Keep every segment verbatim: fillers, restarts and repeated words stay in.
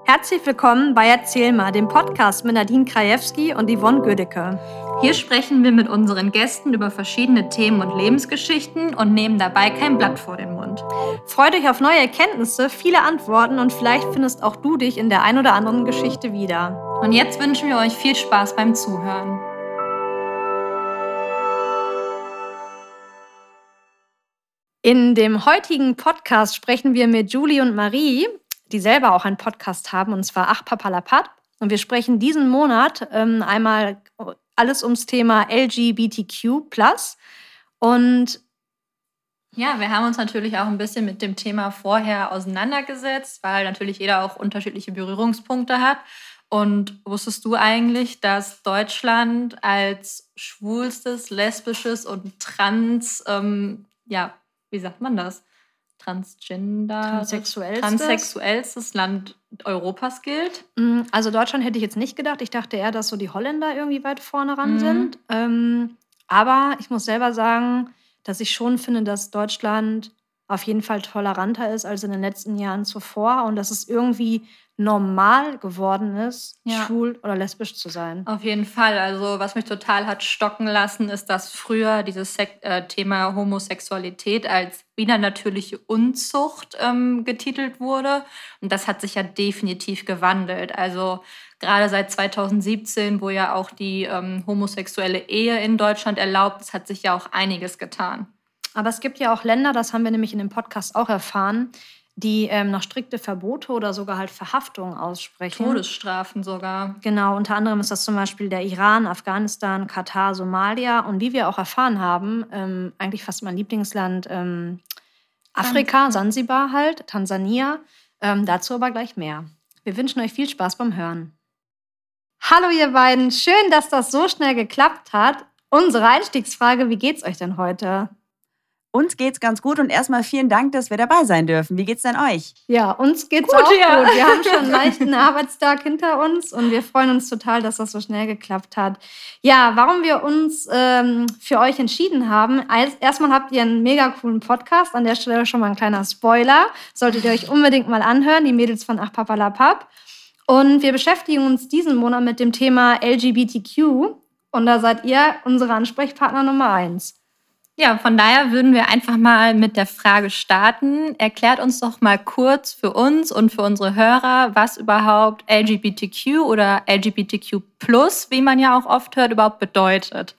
Herzlich willkommen bei Erzähl mal, dem Podcast mit Nadine Krajewski und Yvonne Gödecke. Hier sprechen wir mit unseren Gästen über verschiedene Themen und Lebensgeschichten und nehmen dabei kein Blatt vor den Mund. Freut euch auf neue Erkenntnisse, viele Antworten und vielleicht findest auch du dich in der ein oder anderen Geschichte wieder. Und jetzt wünschen wir euch viel Spaß beim Zuhören. In dem heutigen Podcast sprechen wir mit Julie und Marie, die selber auch einen Podcast haben, und zwar Ach Papalapap. Und wir sprechen diesen Monat ähm, einmal alles ums Thema L G B T Q plus. Und ja, wir haben uns natürlich auch ein bisschen mit dem Thema vorher auseinandergesetzt, weil natürlich jeder auch unterschiedliche Berührungspunkte hat. Und wusstest du eigentlich, dass Deutschland als schwulstes, lesbisches und trans, ähm, ja, wie sagt man das? Transgender, Transsexuellstes. transsexuellstes Land Europas gilt? Also Deutschland hätte ich jetzt nicht gedacht. Ich dachte eher, dass so die Holländer irgendwie weit vorne ran Mhm. sind. Ähm, aber ich muss selber sagen, dass ich schon finde, dass Deutschland auf jeden Fall toleranter ist als in den letzten Jahren zuvor und dass es irgendwie normal geworden ist, Ja. schwul oder lesbisch zu sein. Auf jeden Fall. Also was mich total hat stocken lassen, ist, dass früher dieses Sek äh, Thema Homosexualität als widernatürliche Unzucht ähm, getitelt wurde. Und das hat sich ja definitiv gewandelt. Also gerade seit zweitausendsiebzehn, wo ja auch die ähm, homosexuelle Ehe in Deutschland erlaubt ist, hat sich ja auch einiges getan. Aber es gibt ja auch Länder, das haben wir nämlich in dem Podcast auch erfahren, die ähm, noch strikte Verbote oder sogar halt Verhaftungen aussprechen. Todesstrafen sogar. Genau, unter anderem ist das zum Beispiel der Iran, Afghanistan, Katar, Somalia und wie wir auch erfahren haben, ähm, eigentlich fast mein Lieblingsland, ähm, Afrika, Sansibar halt, Tansania. Ähm, dazu aber gleich mehr. Wir wünschen euch viel Spaß beim Hören. Hallo ihr beiden, schön, dass das so schnell geklappt hat. Unsere Einstiegsfrage, wie geht's euch denn heute? Uns geht's ganz gut und erstmal vielen Dank, dass wir dabei sein dürfen. Wie geht's denn euch? Ja, uns geht's Gut, auch ja. gut. Wir haben schon einen leichten Arbeitstag hinter uns und wir freuen uns total, dass das so schnell geklappt hat. Ja, warum wir uns ähm, für euch entschieden haben. Als, erstmal habt ihr einen mega coolen Podcast. An der Stelle schon mal ein kleiner Spoiler. Solltet ihr euch unbedingt mal anhören, die Mädels von Ach Papalapap. Und wir beschäftigen uns diesen Monat mit dem Thema L G B T Q. Und da seid ihr unsere Ansprechpartner Nummer eins. Ja, von daher würden wir einfach mal mit der Frage starten. Erklärt uns doch mal kurz für uns und für unsere Hörer, was überhaupt L G B T Q oder L G B T Q plus, wie man ja auch oft hört, überhaupt bedeutet.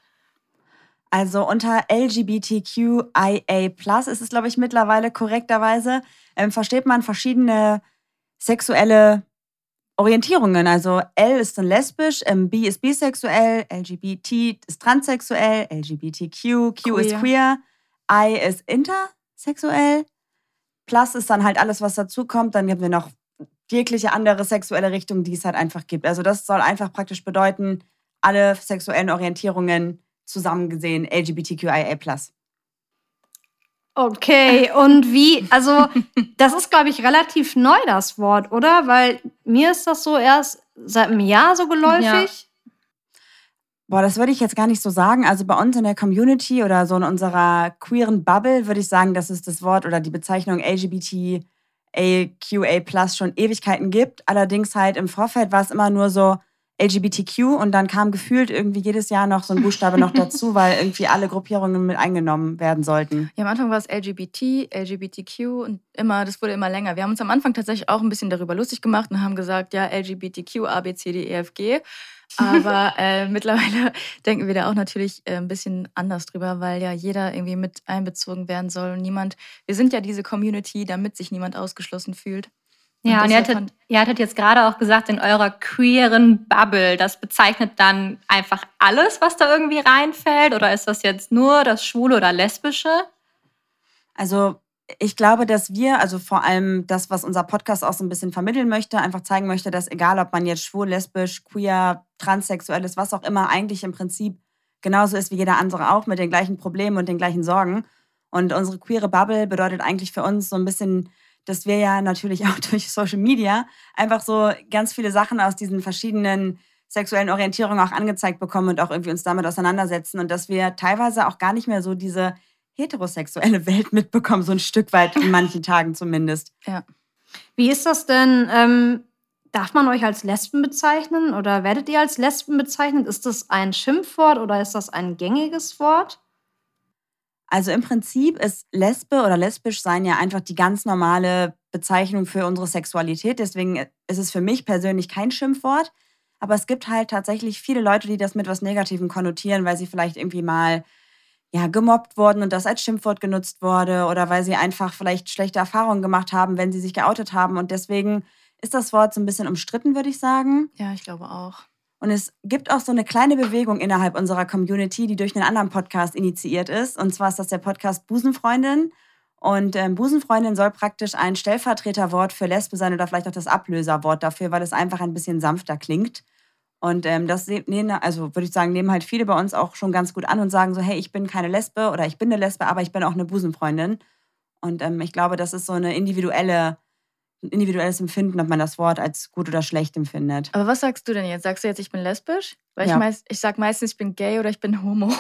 Also unter L G B T Q I A plus ist es, glaube ich, mittlerweile korrekterweise, ähm, versteht man verschiedene sexuelle Orientierungen. Also L ist dann lesbisch, ähm, B ist bisexuell, L G B T ist transsexuell, L G B T Q, Q Queer. ist queer, I ist intersexuell, Plus ist dann halt alles, was dazukommt. Dann haben wir noch jegliche andere sexuelle Richtung, die es halt einfach gibt. Also das soll einfach praktisch bedeuten, alle sexuellen Orientierungen zusammengesehen, L G B T Q I A plus. Okay, und wie, also das ist, glaube ich, relativ neu, das Wort, oder? Weil mir ist das so erst seit einem Jahr so geläufig. Ja. Boah, das würde ich jetzt gar nicht so sagen. Also bei uns in der Community oder so in unserer queeren Bubble würde ich sagen, dass es das Wort oder die Bezeichnung L G B T Q A plus schon Ewigkeiten gibt. Allerdings halt im Vorfeld war es immer nur so L G B T Q und dann kam gefühlt irgendwie jedes Jahr noch so ein Buchstabe noch dazu, weil irgendwie alle Gruppierungen mit eingenommen werden sollten. Ja, am Anfang war es L G B T, L G B T Q und immer, das wurde immer länger. Wir haben uns am Anfang tatsächlich auch ein bisschen darüber lustig gemacht und haben gesagt, ja, L G B T Q, A, B, C, D, E, F, G. Aber äh, mittlerweile denken wir da auch natürlich äh, ein bisschen anders drüber, weil ja jeder irgendwie mit einbezogen werden soll und niemand, wir sind ja diese Community, damit sich niemand ausgeschlossen fühlt. Ja, und ihr deshalb hattet, fand- ihr hattet jetzt gerade auch gesagt, in eurer queeren Bubble, das bezeichnet dann einfach alles, was da irgendwie reinfällt? Oder ist das jetzt nur das Schwule oder Lesbische? Also ich glaube, dass wir, also vor allem das, was unser Podcast auch so ein bisschen vermitteln möchte, einfach zeigen möchte, dass egal, ob man jetzt schwul, lesbisch, queer, transsexuell ist, was auch immer, eigentlich im Prinzip genauso ist wie jeder andere auch, mit den gleichen Problemen und den gleichen Sorgen. Und unsere queere Bubble bedeutet eigentlich für uns so ein bisschen, dass wir ja natürlich auch durch Social Media einfach so ganz viele Sachen aus diesen verschiedenen sexuellen Orientierungen auch angezeigt bekommen und auch irgendwie uns damit auseinandersetzen und dass wir teilweise auch gar nicht mehr so diese heterosexuelle Welt mitbekommen, so ein Stück weit in manchen Tagen zumindest. Ja. Wie ist das denn? Ähm, Darf man euch als Lesben bezeichnen oder werdet ihr als Lesben bezeichnet? Ist das ein Schimpfwort oder ist das ein gängiges Wort? Also im Prinzip ist Lesbe oder lesbisch sein ja einfach die ganz normale Bezeichnung für unsere Sexualität. Deswegen ist es für mich persönlich kein Schimpfwort. Aber es gibt halt tatsächlich viele Leute, die das mit was Negativem konnotieren, weil sie vielleicht irgendwie mal ja, gemobbt wurden und das als Schimpfwort genutzt wurde oder weil sie einfach vielleicht schlechte Erfahrungen gemacht haben, wenn sie sich geoutet haben. Und deswegen ist das Wort so ein bisschen umstritten, würde ich sagen. Ja, ich glaube auch. Und es gibt auch so eine kleine Bewegung innerhalb unserer Community, die durch einen anderen Podcast initiiert ist. Und zwar ist das der Podcast Busenfreundin. Und ähm, Busenfreundin soll praktisch ein Stellvertreterwort für Lesbe sein oder vielleicht auch das Ablöserwort dafür, weil es einfach ein bisschen sanfter klingt. Und ähm, das nehmen, also würde ich sagen, nehmen halt viele bei uns auch schon ganz gut an und sagen so, hey, ich bin keine Lesbe oder ich bin eine Lesbe, aber ich bin auch eine Busenfreundin. Und ähm, ich glaube, das ist so eine individuelle ein individuelles Empfinden, ob man das Wort als gut oder schlecht empfindet. Aber was sagst du denn jetzt? Sagst du jetzt, ich bin lesbisch? Weil Ja. ich, meist, ich sag meistens, ich bin gay oder ich bin homo.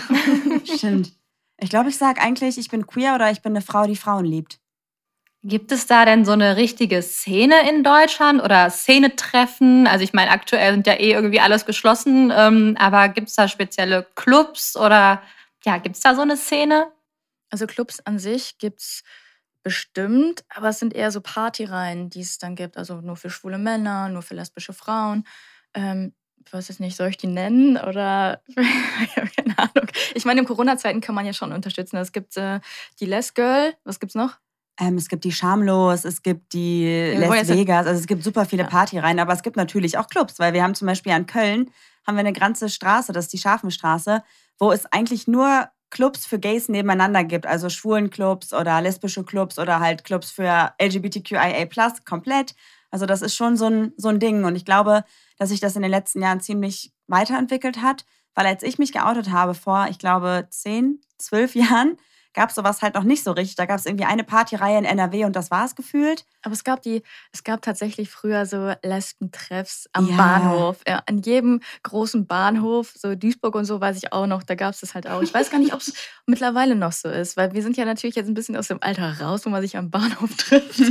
Stimmt. Ich glaube, ich sage eigentlich, ich bin queer oder ich bin eine Frau, die Frauen liebt. Gibt es da denn so eine richtige Szene in Deutschland oder Szenetreffen? Also ich meine, aktuell sind ja eh irgendwie alles geschlossen, ähm, aber gibt es da spezielle Clubs oder ja, gibt es da so eine Szene? Also Clubs an sich gibt's bestimmt, aber es sind eher so Partyreihen, die es dann gibt. Also nur für schwule Männer, nur für lesbische Frauen. Ähm, ich weiß jetzt nicht, soll ich die nennen oder ich habe keine Ahnung. Ich meine, in Corona-Zeiten kann man ja schon unterstützen. Es gibt äh, die Les Girl, was gibt's noch? Ähm, es gibt die Schamlos, es gibt die wir wollen Les jetzt- Vegas, also es gibt super viele Ja. Partyreihen, aber es gibt natürlich auch Clubs, weil wir haben zum Beispiel in Köln haben wir eine ganze Straße, das ist die Scharfenstraße, wo es eigentlich nur Clubs für Gays nebeneinander gibt, also Schwulenclubs oder lesbische Clubs oder halt Clubs für L G B T Q I A plus komplett. Also das ist schon so ein, so ein Ding und ich glaube, dass sich das in den letzten Jahren ziemlich weiterentwickelt hat, weil als ich mich geoutet habe vor, ich glaube, zehn, zwölf Jahren, gab es sowas halt noch nicht so richtig. Da gab es irgendwie eine Partyreihe in N R W und das war es gefühlt. Aber es gab die, es gab tatsächlich früher so Lesbentreffs am Ja. Bahnhof. Ja, an jedem großen Bahnhof, so Duisburg und so, weiß ich auch noch, da gab es das halt auch. Ich weiß gar nicht, ob es mittlerweile noch so ist, weil wir sind ja natürlich jetzt ein bisschen aus dem Alter raus, wo man sich am Bahnhof trifft.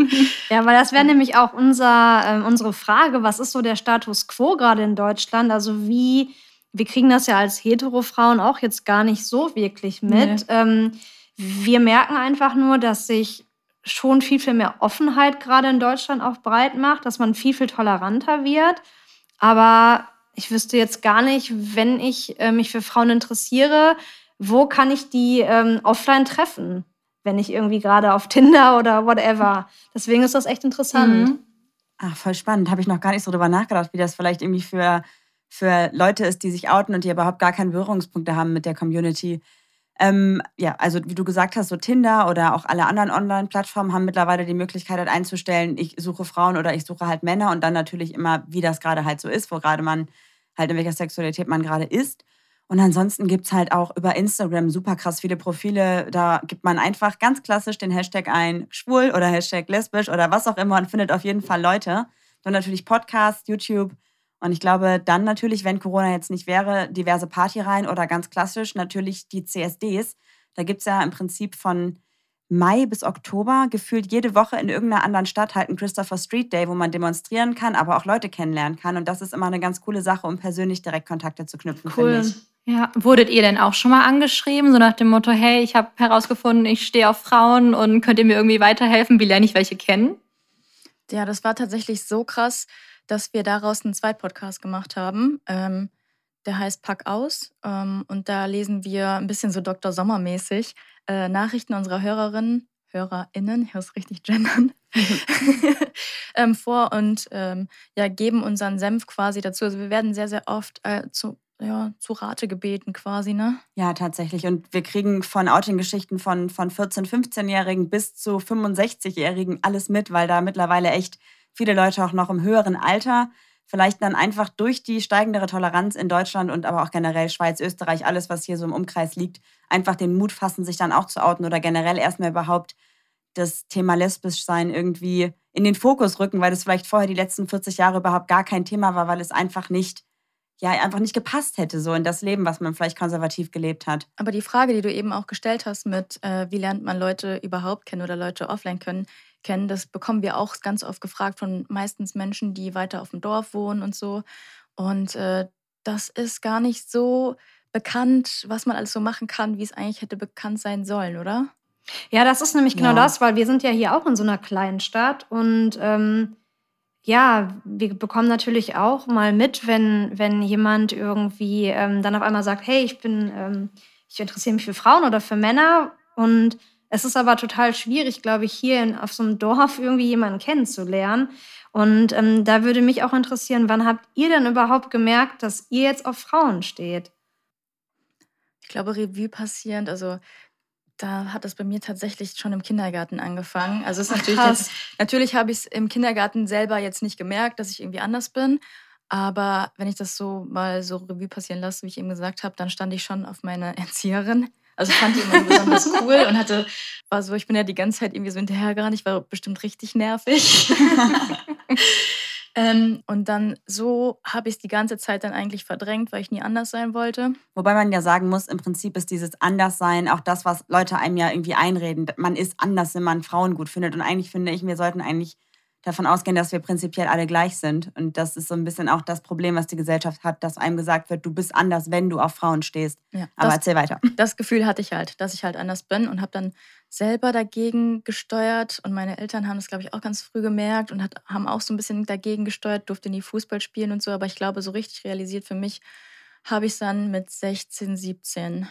Ja, weil das wäre nämlich auch unser, ähm, unsere Frage, was ist so der Status quo gerade in Deutschland? Also wie, wir kriegen das ja als Hetero-Frauen auch jetzt gar nicht so wirklich mit. Ähm, wir merken einfach nur, dass sich schon viel, viel mehr Offenheit gerade in Deutschland auch breit macht, dass man viel, viel toleranter wird. Aber ich wüsste jetzt gar nicht, wenn ich äh, mich für Frauen interessiere, wo kann ich die ähm, offline treffen? Wenn ich irgendwie gerade auf Tinder oder whatever. Deswegen ist das echt interessant. Mhm. Ach, voll spannend. Habe ich noch gar nicht so drüber nachgedacht, wie das vielleicht irgendwie für, für Leute ist, die sich outen und die überhaupt gar keine Berührungspunkte haben mit der Community. Ähm, ja, also wie du gesagt hast, so Tinder oder auch alle anderen Online-Plattformen haben mittlerweile die Möglichkeit halt einzustellen, ich suche Frauen oder ich suche halt Männer und dann natürlich immer, wie das gerade halt so ist, wo gerade man halt in welcher Sexualität man gerade ist. Und ansonsten gibt es halt auch über Instagram super krass viele Profile. Da gibt man einfach ganz klassisch den Hashtag ein, schwul oder Hashtag lesbisch oder was auch immer und findet auf jeden Fall Leute. Dann natürlich Podcasts, YouTube. Und ich glaube, dann natürlich, wenn Corona jetzt nicht wäre, diverse Partyreihen oder ganz klassisch natürlich die C S Ds. Da gibt es ja im Prinzip von Mai bis Oktober gefühlt jede Woche in irgendeiner anderen Stadt halt einen Christopher Street Day, wo man demonstrieren kann, aber auch Leute kennenlernen kann. Und das ist immer eine ganz coole Sache, um persönlich direkt Kontakte zu knüpfen, finde ich. Ja, wurdet ihr denn auch schon mal angeschrieben, so nach dem Motto, hey, ich habe herausgefunden, ich stehe auf Frauen und könnt ihr mir irgendwie weiterhelfen? Wie lerne ich welche kennen? Ja, das war tatsächlich so krass, dass wir daraus einen Zweitpodcast gemacht haben. Ähm, der heißt Pack aus. Ähm, und da lesen wir ein bisschen so Doktor Sommer-mäßig äh, Nachrichten unserer Hörerinnen, HörerInnen, ich muss richtig gendern, ähm, vor und ähm, ja, geben unseren Senf quasi dazu. Also wir werden sehr, sehr oft äh, zu, ja, zu Rate gebeten quasi, ne? Ja, tatsächlich. Und wir kriegen von Outing-Geschichten von, von vierzehn-, fünfzehnjährigen bis zu fünfundsechzigjährigen alles mit, weil da mittlerweile echt viele Leute auch noch im höheren Alter vielleicht dann einfach durch die steigendere Toleranz in Deutschland und aber auch generell Schweiz, Österreich, alles, was hier so im Umkreis liegt, einfach den Mut fassen, sich dann auch zu outen oder generell erstmal überhaupt das Thema Lesbischsein irgendwie in den Fokus rücken, weil das vielleicht vorher die letzten vierzig Jahre überhaupt gar kein Thema war, weil es einfach nicht, ja, einfach nicht gepasst hätte, so in das Leben, was man vielleicht konservativ gelebt hat. Aber die Frage, die du eben auch gestellt hast mit, äh, wie lernt man Leute überhaupt kennen oder Leute offline können, kennen. Das bekommen wir auch ganz oft gefragt von meistens Menschen, die weiter auf dem Dorf wohnen und so. Und äh, das ist gar nicht so bekannt, was man alles so machen kann, wie es eigentlich hätte bekannt sein sollen, oder? Ja, das ist nämlich genau Ja. das, weil wir sind ja hier auch in so einer kleinen Stadt und ähm, ja, wir bekommen natürlich auch mal mit, wenn, wenn jemand irgendwie ähm, dann auf einmal sagt, hey, ich bin, ähm, ich interessiere mich für Frauen oder für Männer. Und es ist aber total schwierig, glaube ich, hier in, auf so einem Dorf irgendwie jemanden kennenzulernen. Und ähm, da würde mich auch interessieren, wann habt ihr denn überhaupt gemerkt, dass ihr jetzt auf Frauen steht? Ich glaube, Revue passierend, also da hat es bei mir tatsächlich schon im Kindergarten angefangen. Also es ist Ach, natürlich krass. jetzt, natürlich habe ich es im Kindergarten selber jetzt nicht gemerkt, dass ich irgendwie anders bin. Aber wenn ich das so mal so Revue passieren lasse, wie ich eben gesagt habe, dann stand ich schon auf meine Erzieherin. Also ich fand die immer besonders cool und hatte, war so, ich bin ja die ganze Zeit irgendwie so hinterhergerannt. Ich war bestimmt richtig nervig. ähm, und dann so habe ich es die ganze Zeit dann eigentlich verdrängt, weil ich nie anders sein wollte. Wobei man ja sagen muss, im Prinzip ist dieses Anderssein auch das, was Leute einem ja irgendwie einreden. Man ist anders, wenn man Frauen gut findet. Und eigentlich finde ich, wir sollten eigentlich davon ausgehen, dass wir prinzipiell alle gleich sind. Und das ist so ein bisschen auch das Problem, was die Gesellschaft hat, dass einem gesagt wird, du bist anders, wenn du auf Frauen stehst. Ja, Aber das, erzähl weiter. das Gefühl hatte ich halt, dass ich halt anders bin und habe dann selber dagegen gesteuert. Und meine Eltern haben das, glaube ich, auch ganz früh gemerkt und hat, haben auch so ein bisschen dagegen gesteuert, durfte nie Fußball spielen und so. Aber ich glaube, so richtig realisiert für mich habe ich es dann mit sechzehn, siebzehn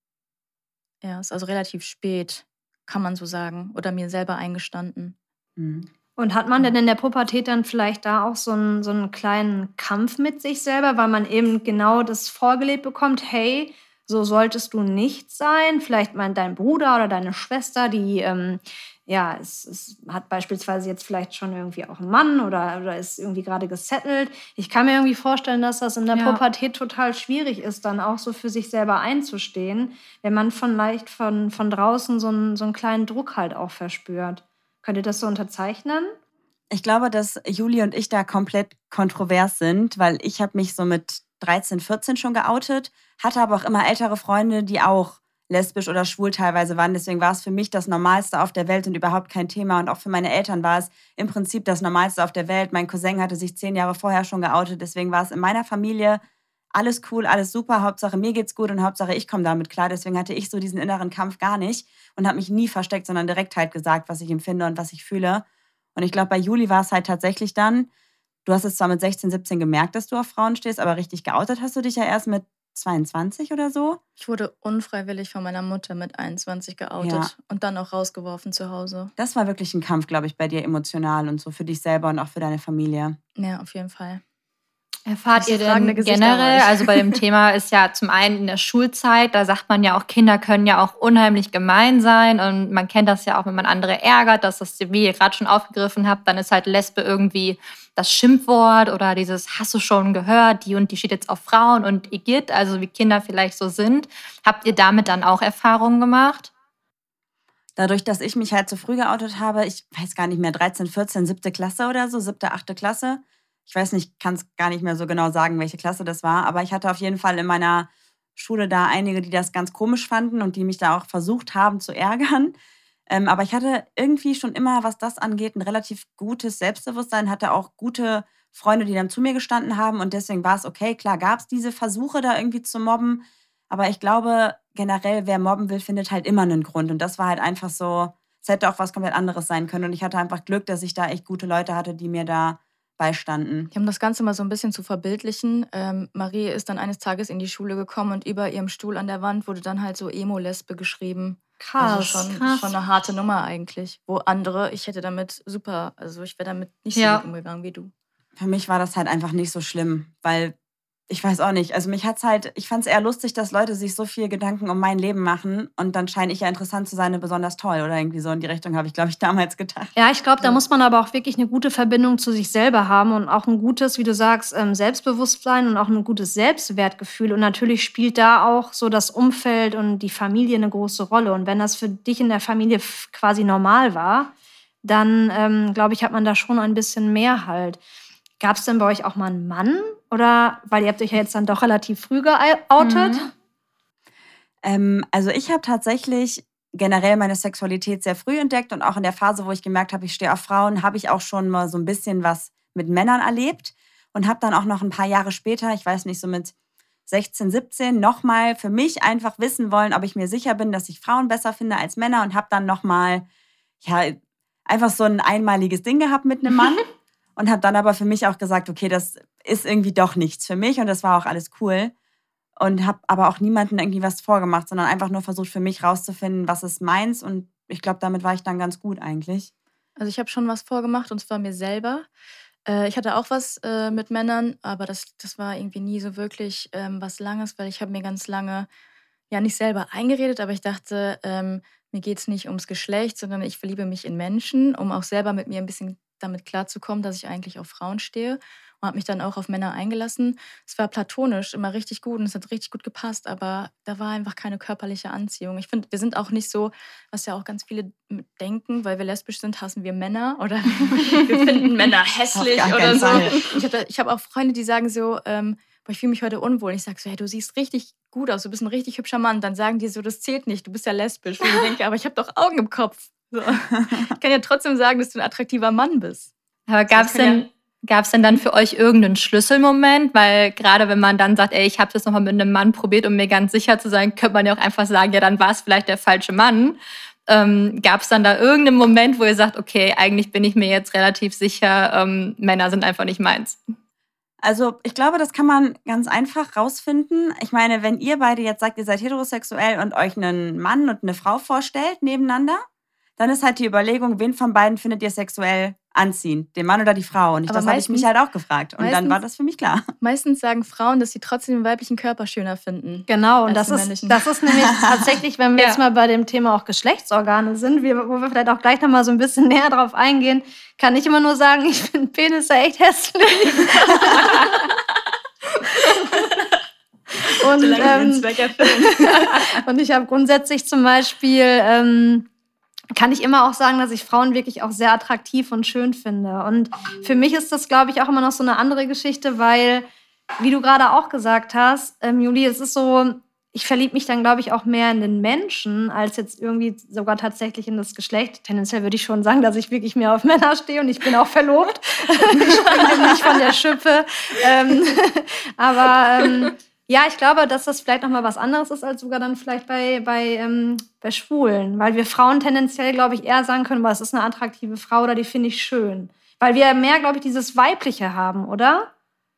erst. Also relativ spät, kann man so sagen. Oder mir selber eingestanden. Mhm. Und hat man denn in der Pubertät dann vielleicht da auch so einen, so einen kleinen Kampf mit sich selber, weil man eben genau das vorgelebt bekommt, hey, so solltest du nicht sein. Vielleicht mein, dein Bruder oder deine Schwester, die ähm, ja, es, es hat beispielsweise jetzt vielleicht schon irgendwie auch einen Mann oder, oder ist irgendwie gerade gesettelt. Ich kann mir irgendwie vorstellen, dass das in der Ja. Pubertät total schwierig ist, dann auch so für sich selber einzustehen, wenn man vielleicht von, von draußen so einen, so einen kleinen Druck halt auch verspürt. Könnt ihr das so unterzeichnen? Ich glaube, dass Juli und ich da komplett kontrovers sind, weil ich habe mich so mit dreizehn, vierzehn schon geoutet, hatte aber auch immer ältere Freunde, die auch lesbisch oder schwul teilweise waren. Deswegen war es für mich das Normalste auf der Welt und überhaupt kein Thema. Und auch für meine Eltern war es im Prinzip das Normalste auf der Welt. Mein Cousin hatte sich zehn Jahre vorher schon geoutet. Deswegen war es in meiner Familie alles cool, alles super. Hauptsache mir geht's gut und Hauptsache ich komme damit klar. Deswegen hatte ich so diesen inneren Kampf gar nicht und habe mich nie versteckt, sondern direkt halt gesagt, was ich empfinde und was ich fühle. Und ich glaube, bei Juli war es halt tatsächlich dann, du hast es zwar mit sechzehn, siebzehn gemerkt, dass du auf Frauen stehst, aber richtig geoutet hast du dich ja erst mit zweiundzwanzig oder so. Ich wurde unfreiwillig von meiner Mutter mit einundzwanzig geoutet Ja. und dann auch rausgeworfen zu Hause. Das war wirklich ein Kampf, glaube ich, bei dir emotional und so für dich selber und auch für deine Familie. Ja, auf jeden Fall. Erfahrt Diese ihr denn fragende Gesichter generell, war ich. also bei dem Thema ist ja zum einen in der Schulzeit, da sagt man ja auch, Kinder können ja auch unheimlich gemein sein und man kennt das ja auch, wenn man andere ärgert, dass das, wie ihr gerade schon aufgegriffen habt, dann ist halt Lesbe irgendwie das Schimpfwort oder dieses hast du schon gehört, die und die steht jetzt auf Frauen und igitt, also wie Kinder vielleicht so sind. Habt ihr damit dann auch Erfahrungen gemacht? Dadurch, dass ich mich halt so früh geoutet habe, ich weiß gar nicht mehr, dreizehn, vierzehn, siebte Klasse oder so, siebte, achte Klasse. Ich weiß nicht, kann es gar nicht mehr so genau sagen, welche Klasse das war, aber ich hatte auf jeden Fall in meiner Schule da einige, die das ganz komisch fanden und die mich da auch versucht haben zu ärgern. Ähm, aber ich hatte irgendwie schon immer, was das angeht, ein relativ gutes Selbstbewusstsein, hatte auch gute Freunde, die dann zu mir gestanden haben und deswegen war es okay. Klar gab es diese Versuche, da irgendwie zu mobben, aber ich glaube, generell, wer mobben will, findet halt immer einen Grund und das war halt einfach so, es hätte auch was komplett anderes sein können und ich hatte einfach Glück, dass ich da echt gute Leute hatte, die mir da beistanden. Um das Ganze mal so ein bisschen zu verbildlichen, ähm, Marie ist dann eines Tages in die Schule gekommen und über ihrem Stuhl an der Wand wurde dann halt so Emo-Lesbe geschrieben. Krass, Also schon, krass. schon eine harte Nummer eigentlich. Wo andere, ich hätte damit super, also ich wäre damit nicht so Ja. gut umgegangen wie du. Für mich war das halt einfach nicht so schlimm, weil ich weiß auch nicht, also mich hat's halt, ich fand es eher lustig, dass Leute sich so viel Gedanken um mein Leben machen und dann scheine ich ja interessant zu sein und besonders toll oder irgendwie so in die Richtung habe ich, glaube ich, damals gedacht. Ja, ich glaube, da muss man aber auch wirklich eine gute Verbindung zu sich selber haben und auch ein gutes, wie du sagst, ähm, Selbstbewusstsein und auch ein gutes Selbstwertgefühl. Und natürlich spielt da auch so das Umfeld und die Familie eine große Rolle. Und wenn das für dich in der Familie f- quasi normal war, dann ähm, glaube ich, hat man da schon ein bisschen mehr halt. Gab es denn bei euch auch mal einen Mann? Oder, weil ihr habt euch ja jetzt dann doch relativ früh geoutet? Mhm. Ähm, also ich habe tatsächlich generell meine Sexualität sehr früh entdeckt und auch in der Phase, wo ich gemerkt habe, ich stehe auf Frauen, habe ich auch schon mal so ein bisschen was mit Männern erlebt und habe dann auch noch ein paar Jahre später, ich weiß nicht, so mit sechzehn, siebzehn, nochmal für mich einfach wissen wollen, ob ich mir sicher bin, dass ich Frauen besser finde als Männer und habe dann nochmal, ja, einfach so ein einmaliges Ding gehabt mit einem Mann und habe dann aber für mich auch gesagt, okay, das ist irgendwie doch nichts für mich und das war auch alles cool. Und habe aber auch niemandem irgendwie was vorgemacht, sondern einfach nur versucht, für mich rauszufinden, was ist meins. Und ich glaube, damit war ich dann ganz gut eigentlich. Also ich habe schon was vorgemacht und zwar mir selber. Äh, ich hatte auch was äh, mit Männern, aber das, das war irgendwie nie so wirklich ähm, was Langes, weil ich habe mir ganz lange ja nicht selber eingeredet, aber ich dachte, ähm, mir geht es nicht ums Geschlecht, sondern ich verliebe mich in Menschen, um auch selber mit mir ein bisschen damit klarzukommen, dass ich eigentlich auf Frauen stehe. Und habe mich dann auch auf Männer eingelassen. Es war platonisch, immer richtig gut und es hat richtig gut gepasst, aber da war einfach keine körperliche Anziehung. Ich finde, wir sind auch nicht so, was ja auch ganz viele denken, weil wir lesbisch sind, hassen wir Männer oder wir finden Männer hässlich oder so. Ich habe ich hab auch Freunde, die sagen so, ähm, boah, ich fühle mich heute unwohl. Ich sage so, hey, du siehst richtig gut aus, du bist ein richtig hübscher Mann. Dann sagen die so, das zählt nicht, du bist ja lesbisch. Und ich denke, aber ich habe doch Augen im Kopf. So. Ich kann ja trotzdem sagen, dass du ein attraktiver Mann bist. Aber gab es denn, ja gab's denn dann für euch irgendeinen Schlüsselmoment? Weil gerade wenn man dann sagt, ey, ich habe das nochmal mit einem Mann probiert, um mir ganz sicher zu sein, könnte man ja auch einfach sagen, ja, dann war es vielleicht der falsche Mann. Ähm, gab es dann da irgendeinen Moment, wo ihr sagt, okay, eigentlich bin ich mir jetzt relativ sicher, ähm, Männer sind einfach nicht meins? Also ich glaube, das kann man ganz einfach rausfinden. Ich meine, wenn ihr beide jetzt sagt, ihr seid heterosexuell und euch einen Mann und eine Frau vorstellt nebeneinander, dann ist halt die Überlegung, wen von beiden findet ihr sexuell anziehend? Den Mann oder die Frau? Und ich, das habe ich mich halt auch gefragt. Und meistens, dann war das für mich klar. Meistens sagen Frauen, dass sie trotzdem den weiblichen Körper schöner finden. Genau, und das ist, das ist nämlich tatsächlich, wenn wir ja. jetzt mal bei dem Thema auch Geschlechtsorgane sind, wie, wo wir vielleicht auch gleich nochmal so ein bisschen näher drauf eingehen, kann ich immer nur sagen, ich finde Penisse echt hässlich. und, ähm, und ich habe grundsätzlich zum Beispiel... Ähm, kann ich immer auch sagen, dass ich Frauen wirklich auch sehr attraktiv und schön finde. Und für mich ist das, glaube ich, auch immer noch so eine andere Geschichte, weil, wie du gerade auch gesagt hast, ähm, Juli, es ist so, ich verliebe mich dann, glaube ich, auch mehr in den Menschen, als jetzt irgendwie sogar tatsächlich in das Geschlecht. Tendenziell würde ich schon sagen, dass ich wirklich mehr auf Männer stehe und ich bin auch verlobt. Ich springe nicht von der Schippe. Ähm, aber... Ähm, Ja, ich glaube, dass das vielleicht noch mal was anderes ist, als sogar dann vielleicht bei, bei, ähm, bei Schwulen. Weil wir Frauen tendenziell, glaube ich, eher sagen können, was ist eine attraktive Frau oder die finde ich schön. Weil wir mehr, glaube ich, dieses Weibliche haben, oder?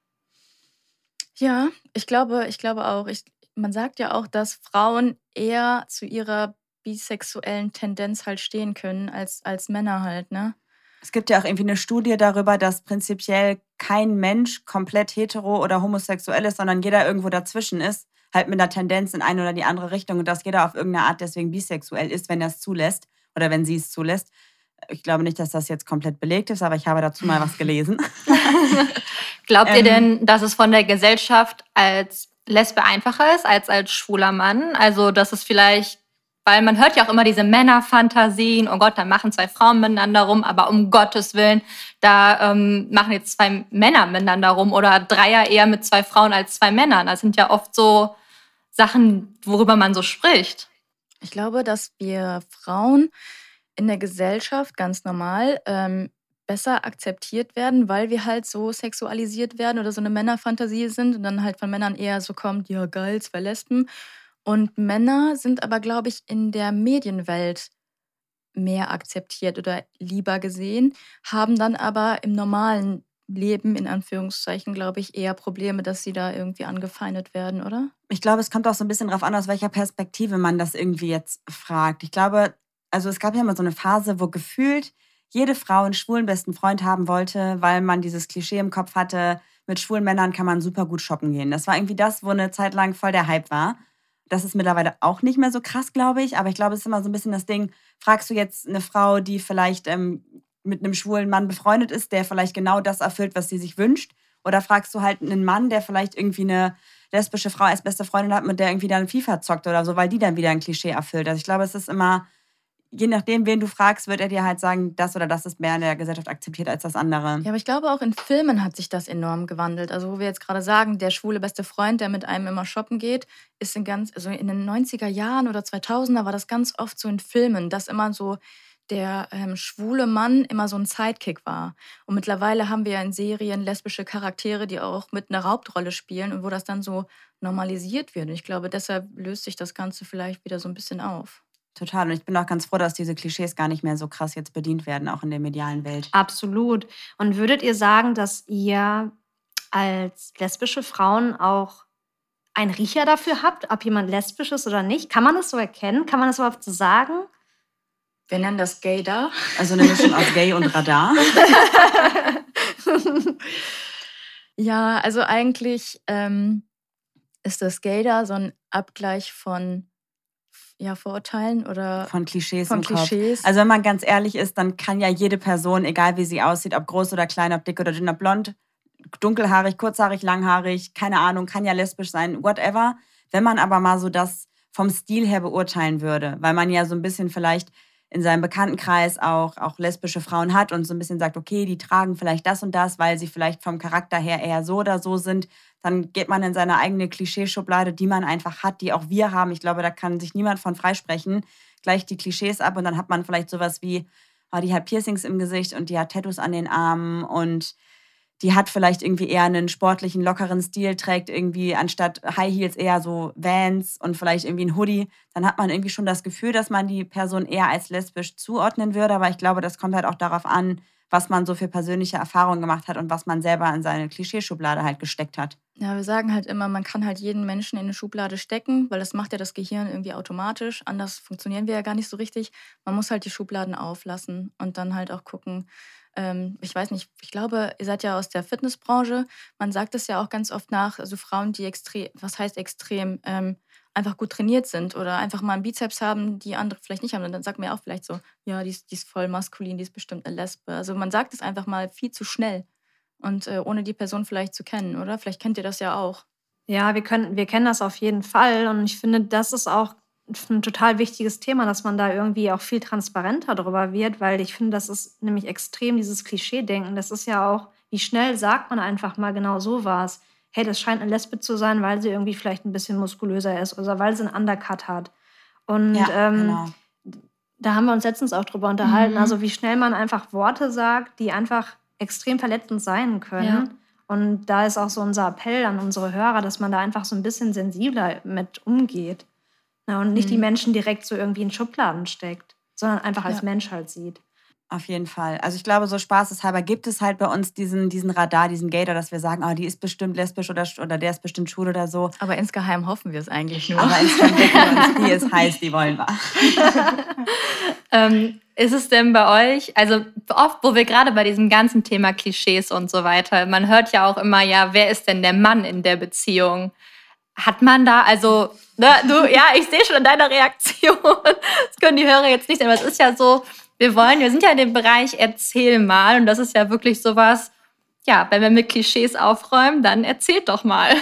Ja, ich glaube, ich glaube auch. Ich, man sagt ja auch, dass Frauen eher zu ihrer bisexuellen Tendenz halt stehen können, als, als Männer halt, ne? Es gibt ja auch irgendwie eine Studie darüber, dass prinzipiell kein Mensch komplett hetero oder homosexuell ist, sondern jeder irgendwo dazwischen ist, halt mit einer Tendenz in eine oder die andere Richtung und dass jeder auf irgendeine Art deswegen bisexuell ist, wenn er es zulässt oder wenn sie es zulässt. Ich glaube nicht, dass das jetzt komplett belegt ist, aber ich habe dazu mal was gelesen. Glaubt ihr denn, dass es von der Gesellschaft als Lesbe einfacher ist als als schwuler Mann? Also, dass es vielleicht... Weil man hört ja auch immer diese Männerfantasien, oh Gott, da machen zwei Frauen miteinander rum, aber um Gottes Willen, da ähm, machen jetzt zwei Männer miteinander rum oder Dreier eher mit zwei Frauen als zwei Männern. Das sind ja oft so Sachen, worüber man so spricht. Ich glaube, dass wir Frauen in der Gesellschaft ganz normal ähm, besser akzeptiert werden, weil wir halt so sexualisiert werden oder so eine Männerfantasie sind und dann halt von Männern eher so kommt, ja geil, zwei Lesben. Und Männer sind aber, glaube ich, in der Medienwelt mehr akzeptiert oder lieber gesehen, haben dann aber im normalen Leben, in Anführungszeichen, glaube ich, eher Probleme, dass sie da irgendwie angefeindet werden, oder? Ich glaube, es kommt auch so ein bisschen drauf an, aus welcher Perspektive man das irgendwie jetzt fragt. Ich glaube, also es gab ja mal so eine Phase, wo gefühlt jede Frau einen schwulen besten Freund haben wollte, weil man dieses Klischee im Kopf hatte, mit schwulen Männern kann man super gut shoppen gehen. Das war irgendwie das, wo eine Zeit lang voll der Hype war. Das ist mittlerweile auch nicht mehr so krass, glaube ich. Aber ich glaube, es ist immer so ein bisschen das Ding, fragst du jetzt eine Frau, die vielleicht ähm, mit einem schwulen Mann befreundet ist, der vielleicht genau das erfüllt, was sie sich wünscht? Oder fragst du halt einen Mann, der vielleicht irgendwie eine lesbische Frau als beste Freundin hat, mit der irgendwie dann FIFA zockt oder so, weil die dann wieder ein Klischee erfüllt? Also ich glaube, es ist immer, je nachdem, wen du fragst, wird er dir halt sagen, das oder das ist mehr in der Gesellschaft akzeptiert als das andere. Ja, aber ich glaube, auch in Filmen hat sich das enorm gewandelt. Also wo wir jetzt gerade sagen, der schwule beste Freund, der mit einem immer shoppen geht, ist in ganz, also in den neunziger Jahren oder zweitausender war das ganz oft so in Filmen, dass immer so der ähm, schwule Mann immer so ein Sidekick war. Und mittlerweile haben wir ja in Serien lesbische Charaktere, die auch mit einer Hauptrolle spielen und wo das dann so normalisiert wird. Und ich glaube, deshalb löst sich das Ganze vielleicht wieder so ein bisschen auf. Total. Und ich bin auch ganz froh, dass diese Klischees gar nicht mehr so krass jetzt bedient werden, auch in der medialen Welt. Absolut. Und würdet ihr sagen, dass ihr als lesbische Frauen auch einen Riecher dafür habt, ob jemand lesbisch ist oder nicht? Kann man das so erkennen? Kann man das überhaupt so sagen? Wir nennen das Gaydar. Also eine Mischung aus Gay und Radar. Ja, also eigentlich ähm, ist das Gaydar so ein Abgleich von ja, Vorurteilen oder Von Klischees von im Kopf. Klischees. Also wenn man ganz ehrlich ist, dann kann ja jede Person, egal wie sie aussieht, ob groß oder klein, ob dick oder dünn, ob blond, dunkelhaarig, kurzhaarig, langhaarig, keine Ahnung, kann ja lesbisch sein, whatever. Wenn man aber mal so das vom Stil her beurteilen würde, weil man ja so ein bisschen vielleicht in seinem Bekanntenkreis auch, auch lesbische Frauen hat und so ein bisschen sagt, okay, die tragen vielleicht das und das, weil sie vielleicht vom Charakter her eher so oder so sind, dann geht man in seine eigene Klischeeschublade, die man einfach hat, die auch wir haben. Ich glaube, da kann sich niemand von freisprechen. Gleich die Klischees ab und dann hat man vielleicht sowas wie, oh, die hat Piercings im Gesicht und die hat Tattoos an den Armen und die hat vielleicht irgendwie eher einen sportlichen, lockeren Stil, trägt irgendwie anstatt High Heels eher so Vans und vielleicht irgendwie ein Hoodie. Dann hat man irgendwie schon das Gefühl, dass man die Person eher als lesbisch zuordnen würde. Aber ich glaube, das kommt halt auch darauf an, was man so für persönliche Erfahrungen gemacht hat und was man selber in seine Klischeeschublade halt gesteckt hat. Ja, wir sagen halt immer, man kann halt jeden Menschen in eine Schublade stecken, weil das macht ja das Gehirn irgendwie automatisch. Anders funktionieren wir ja gar nicht so richtig. Man muss halt die Schubladen auflassen und dann halt auch gucken. Ähm, ich weiß nicht, ich glaube, ihr seid ja aus der Fitnessbranche. Man sagt es ja auch ganz oft nach, also Frauen, die extrem, was heißt extrem, ähm, einfach gut trainiert sind oder einfach mal einen Bizeps haben, die andere vielleicht nicht haben. Und dann sagt man ja auch vielleicht so, ja, die ist, die ist voll maskulin, die ist bestimmt eine Lesbe. Also man sagt es einfach mal viel zu schnell und äh, ohne die Person vielleicht zu kennen, oder? Vielleicht kennt ihr das ja auch. Ja, wir können, wir kennen das auf jeden Fall. Und ich finde, das ist auch ein total wichtiges Thema, dass man da irgendwie auch viel transparenter drüber wird, weil ich finde, das ist nämlich extrem dieses Klischee-Denken. Das ist ja auch, wie schnell sagt man einfach mal genau so was. Hey, das scheint eine Lesbe zu sein, weil sie irgendwie vielleicht ein bisschen muskulöser ist oder weil sie einen Undercut hat. Und Ja, ähm, genau. da haben wir uns letztens auch drüber unterhalten, Mhm. also wie schnell man einfach Worte sagt, die einfach extrem verletzend sein können. Ja. Und da ist auch so unser Appell an unsere Hörer, dass man da einfach so ein bisschen sensibler mit umgeht. Na, und nicht die Mhm. Menschen direkt so irgendwie in Schubladen steckt, sondern einfach als Ja. Mensch halt sieht. Auf jeden Fall. Also ich glaube, so spaßeshalber gibt es halt bei uns diesen, diesen Radar, diesen Gator, dass wir sagen, oh, die ist bestimmt lesbisch oder, oder der ist bestimmt schwul oder so. Aber insgeheim hoffen wir es eigentlich nur. Aber insgesamt denken wir uns, die ist heiß, die wollen wir. Ähm, ist es denn bei euch, also oft, wo wir gerade bei diesem ganzen Thema Klischees und so weiter, man hört ja auch immer, ja, wer ist denn der Mann in der Beziehung? Hat man da, also, ne, du, ja, ich sehe schon in deiner Reaktion, das können die Hörer jetzt nicht sehen, aber es ist ja so, wir wollen, wir sind ja in dem Bereich Erzähl mal und das ist ja wirklich sowas, ja, wenn wir mit Klischees aufräumen, dann erzählt doch mal.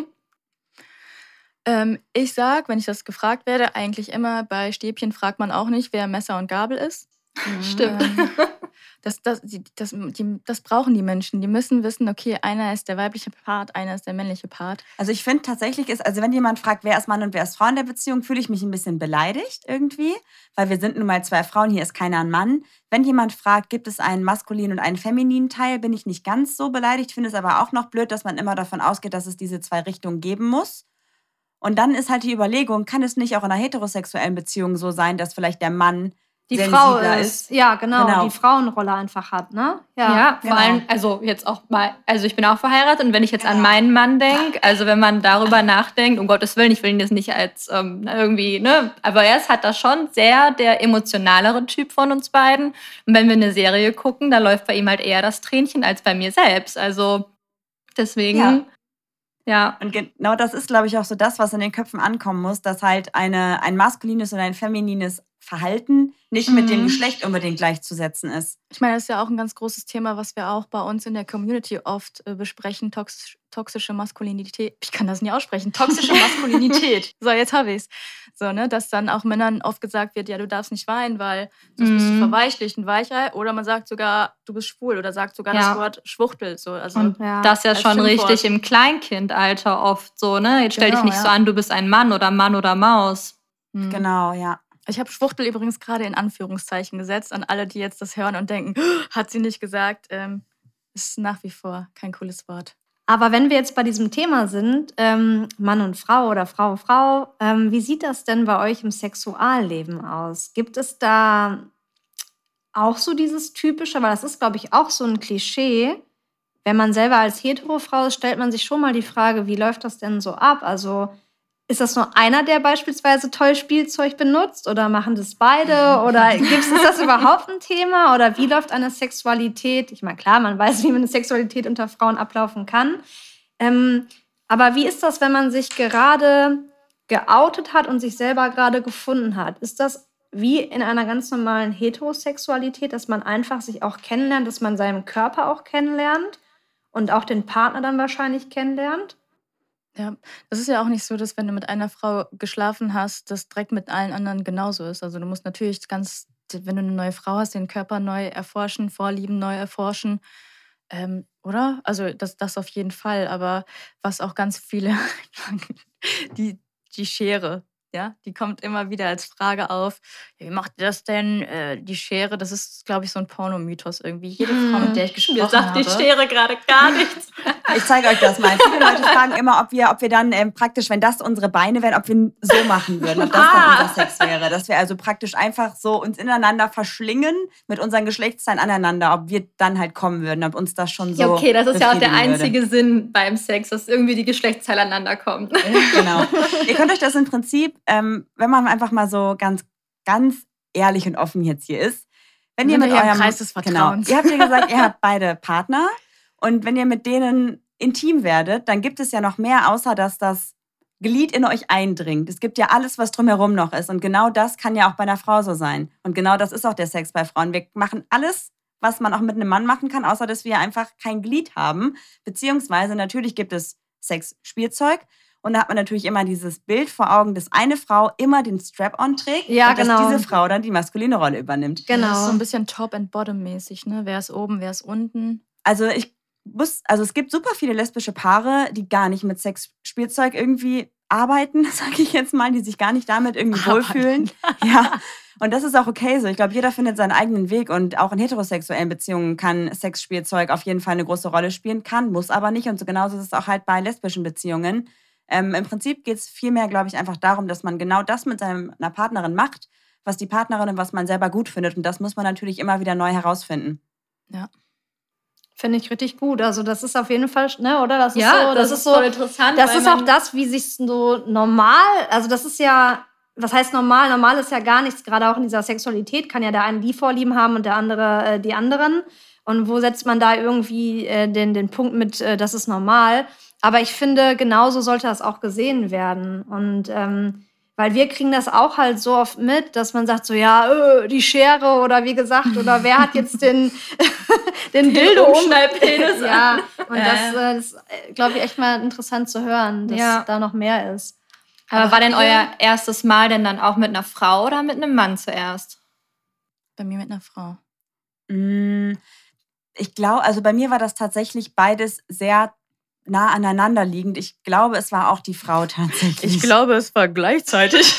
Ähm, ich sag, wenn ich das gefragt werde, eigentlich immer bei Stäbchen fragt man auch nicht, wer Messer und Gabel ist. Stimmt. Ähm, das, das, die, das, die, das brauchen die Menschen. Die müssen wissen, okay, einer ist der weibliche Part, einer ist der männliche Part. Also ich finde tatsächlich ist, also wenn jemand fragt, wer ist Mann und wer ist Frau in der Beziehung, fühle ich mich ein bisschen beleidigt irgendwie, weil wir sind nun mal zwei Frauen, hier ist keiner ein Mann. Wenn jemand fragt, gibt es einen maskulinen und einen femininen Teil, bin ich nicht ganz so beleidigt, finde es aber auch noch blöd, dass man immer davon ausgeht, dass es diese zwei Richtungen geben muss. Und dann ist halt die Überlegung, kann es nicht auch in einer heterosexuellen Beziehung so sein, dass vielleicht der Mann Die sensibler Frau ist, ja, genau, Genau. die Frauenrolle einfach hat, ne? Ja, vor genau. allem, also jetzt auch mal, also ich bin auch verheiratet und wenn ich jetzt an meinen Mann denke, also wenn man darüber nachdenkt, um Gottes Willen, ich will ihn jetzt nicht als ähm, irgendwie, ne, aber er ist halt da schon sehr der emotionalere Typ von uns beiden. Und wenn wir eine Serie gucken, da läuft bei ihm halt eher das Tränchen als bei mir selbst. Also deswegen, Ja. ja. Und genau das ist, glaube ich, auch so das, was in den Köpfen ankommen muss, dass halt eine, ein maskulines und ein feminines Verhalten nicht Mhm. mit dem Geschlecht unbedingt gleichzusetzen ist. Ich meine, das ist ja auch ein ganz großes Thema, was wir auch bei uns in der Community oft äh, besprechen. Toxisch, toxische Maskulinität. Ich kann das nie aussprechen. Toxische Maskulinität. So, jetzt habe ich es. So, ne, dass dann auch Männern oft gesagt wird, ja, du darfst nicht weinen, weil sonst bist du Mhm. verweichlicht und weicher. Oder man sagt sogar, du bist schwul. Oder sagt sogar Ja. das Wort Schwuchtel. So, also, Und Ja. das ja als schon Schimpfwort. richtig im Kleinkindalter oft so, ne? Jetzt stell dich Genau, nicht ja. so an, du bist ein Mann oder Mann oder Maus. hm. Genau, ja. Ich habe Schwuchtel übrigens gerade in Anführungszeichen gesetzt an alle, die jetzt das hören und denken, hat sie nicht gesagt. Ähm, ist nach wie vor kein cooles Wort. Aber wenn wir jetzt bei diesem Thema sind, ähm, Mann und Frau oder Frau, Frau, ähm, wie sieht das denn bei euch im Sexualleben aus? Gibt es da auch so dieses Typische, weil das ist, glaube ich, auch so ein Klischee. Wenn man selber als Hetero-Frau ist, stellt man sich schon mal die Frage, wie läuft das denn so ab? Also ist das nur einer, der beispielsweise toll Spielzeug benutzt oder machen das beide? Oder gibt's, ist das überhaupt ein Thema? Oder wie läuft eine Sexualität? Ich meine, klar, man weiß, wie man eine Sexualität unter Frauen ablaufen kann. Ähm, aber wie ist das, wenn man sich gerade geoutet hat und sich selber gerade gefunden hat? Ist das wie in einer ganz normalen Heterosexualität, dass man einfach sich auch kennenlernt, dass man seinen Körper auch kennenlernt und auch den Partner dann wahrscheinlich kennenlernt? Ja, das ist ja auch nicht so, dass wenn du mit einer Frau geschlafen hast, das direkt mit allen anderen genauso ist. Also du musst natürlich ganz, wenn du eine neue Frau hast, den Körper neu erforschen, Vorlieben neu erforschen. Ähm, oder? Also das, das auf jeden Fall. Aber was auch ganz viele, die, die Schere, ja, die kommt immer wieder als Frage auf. Ja, wie macht ihr das denn? Äh, die Schere, das ist, glaube ich, so ein Pornomythos irgendwie. Jede Frau, mit der ich gesprochen Mir sagt habe. die Schere gerade gar nichts. Ich zeige euch das mal. Viele Leute fragen immer, ob wir, ob wir dann ähm, praktisch, wenn das unsere Beine wären, ob wir so machen würden, ob das Ah. dann unser Sex wäre. Dass wir also praktisch einfach so uns ineinander verschlingen mit unseren Geschlechtsteilen aneinander, ob wir dann halt kommen würden, ob uns das schon so Ja, okay, das ist ja auch der befriedigen würde. einzige Sinn beim Sex, dass irgendwie die Geschlechtsteile aneinander kommen. Genau. Ihr könnt euch das im Prinzip, ähm, wenn man einfach mal so ganz, ganz ehrlich und offen jetzt hier ist, wenn Wir ihr sind mit ja hier im eurem Kreis des Vertrauens. Genau, ihr habt ja gesagt, ihr habt beide Partner und wenn ihr mit denen intim werdet, dann gibt es ja noch mehr, außer dass das Glied in euch eindringt. Es gibt ja alles, was drumherum noch ist und genau das kann ja auch bei einer Frau so sein und genau das ist auch der Sex bei Frauen. Wir machen alles, was man auch mit einem Mann machen kann, außer dass wir einfach kein Glied haben, beziehungsweise natürlich gibt es Sexspielzeug. Und da hat man natürlich immer dieses Bild vor Augen, dass eine Frau immer den Strap-on trägt Ja, und dass genau. diese Frau dann die maskuline Rolle übernimmt. Das ist Genau. so ein bisschen Top- and Bottom-mäßig, ne? Wer ist oben, wer ist unten? Also ich muss, also es gibt super viele lesbische Paare, die gar nicht mit Sexspielzeug irgendwie arbeiten, sage ich jetzt mal, die sich gar nicht damit irgendwie Arbeiten. wohlfühlen. Ja. Und das ist auch okay so. Ich glaube, jeder findet seinen eigenen Weg und auch in heterosexuellen Beziehungen kann Sexspielzeug auf jeden Fall eine große Rolle spielen, kann, muss aber nicht. Und so genauso ist es auch halt bei lesbischen Beziehungen. Ähm, Im Prinzip geht es vielmehr, glaube ich, einfach darum, dass man genau das mit seiner Partnerin macht, was die Partnerin und was man selber gut findet. Und das muss man natürlich immer wieder neu herausfinden. Ja. Finde ich richtig gut. Also das ist auf jeden Fall, ne, oder? Das ist Ja, so, das ist voll interessant, Das weil ist auch man- das, wie sich so normal, also das ist ja, was heißt normal? Normal ist ja gar nichts, gerade auch in dieser Sexualität kann ja der eine die Vorlieben haben und der andere äh, die anderen. Und wo setzt man da irgendwie äh, den, den Punkt mit, äh, das ist normal? Aber ich finde, genauso sollte das auch gesehen werden. Und ähm, weil wir kriegen das auch halt so oft mit, dass man sagt so, ja, äh, die Schere oder wie gesagt, oder wer hat jetzt den, den Dildo um? Umschnallpenis Ja, an. und Ja. das, äh, das ist, glaube ich, echt mal interessant zu hören, dass Ja. da noch mehr ist. Aber war denn habt ihr- euer erstes Mal denn dann auch mit einer Frau oder mit einem Mann zuerst? Bei mir mit einer Frau. Mm, Ich glaube, also bei mir war das tatsächlich beides sehr nah aneinander liegend. Ich glaube, es war auch die Frau tatsächlich. glaube, es war gleichzeitig.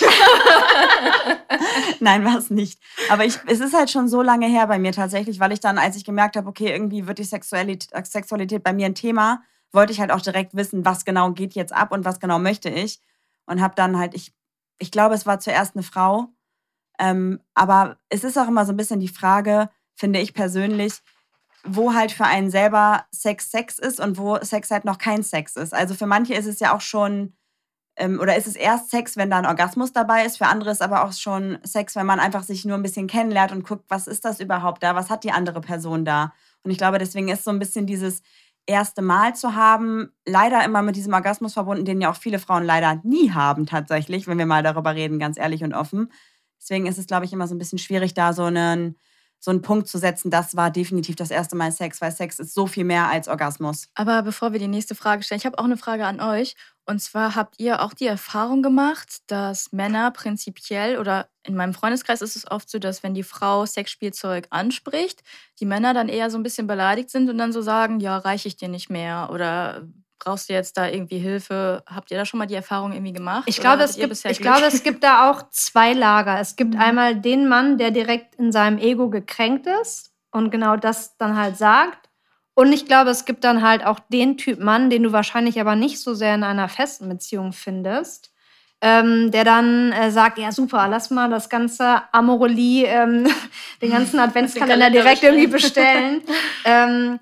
Nein, war es nicht. Aber ich, es ist halt schon so lange her bei mir tatsächlich, weil ich dann, als ich gemerkt habe, okay, irgendwie wird die Sexualität, Sexualität bei mir ein Thema, wollte ich halt auch direkt wissen, was genau geht jetzt ab und was genau möchte ich. Und habe dann halt, ich, ich glaube, es war zuerst eine Frau. Ähm, aber es ist auch immer so ein bisschen die Frage, finde ich persönlich, wo halt für einen selber Sex Sex ist und wo Sex halt noch kein Sex ist. Also für manche ist es ja auch schon, ähm, oder ist es erst Sex, wenn da ein Orgasmus dabei ist. Für andere ist aber auch schon Sex, wenn man einfach sich nur ein bisschen kennenlernt und guckt, was ist das überhaupt da, was hat die andere Person da. Und ich glaube, deswegen ist so ein bisschen dieses erste Mal zu haben, leider immer mit diesem Orgasmus verbunden, den ja auch viele Frauen leider nie haben tatsächlich, wenn wir mal darüber reden, ganz ehrlich und offen. Deswegen ist es, glaube ich, immer so ein bisschen schwierig, da so einen, so einen Punkt zu setzen, das war definitiv das erste Mal Sex, weil Sex ist so viel mehr als Orgasmus. Aber bevor wir die nächste Frage stellen, ich habe auch eine Frage an euch. Und zwar habt ihr auch die Erfahrung gemacht, dass Männer prinzipiell, oder in meinem Freundeskreis ist es oft so, dass wenn die Frau Sexspielzeug anspricht, die Männer dann eher so ein bisschen beleidigt sind und dann so sagen, ja, reiche ich dir nicht mehr oder brauchst du jetzt da irgendwie Hilfe? Habt ihr da schon mal die Erfahrung irgendwie gemacht? Ich glaube, es gibt, ich glaube, es gibt da auch zwei Lager. Es gibt mhm. einmal den Mann, der direkt in seinem Ego gekränkt ist und genau das dann halt sagt. Und ich glaube, es gibt dann halt auch den Typ Mann, den du wahrscheinlich aber nicht so sehr in einer festen Beziehung findest, ähm, der dann äh, sagt, ja super, lass mal das ganze Amorelie, ähm, den ganzen Adventskalender direkt irgendwie bestellen. ähm,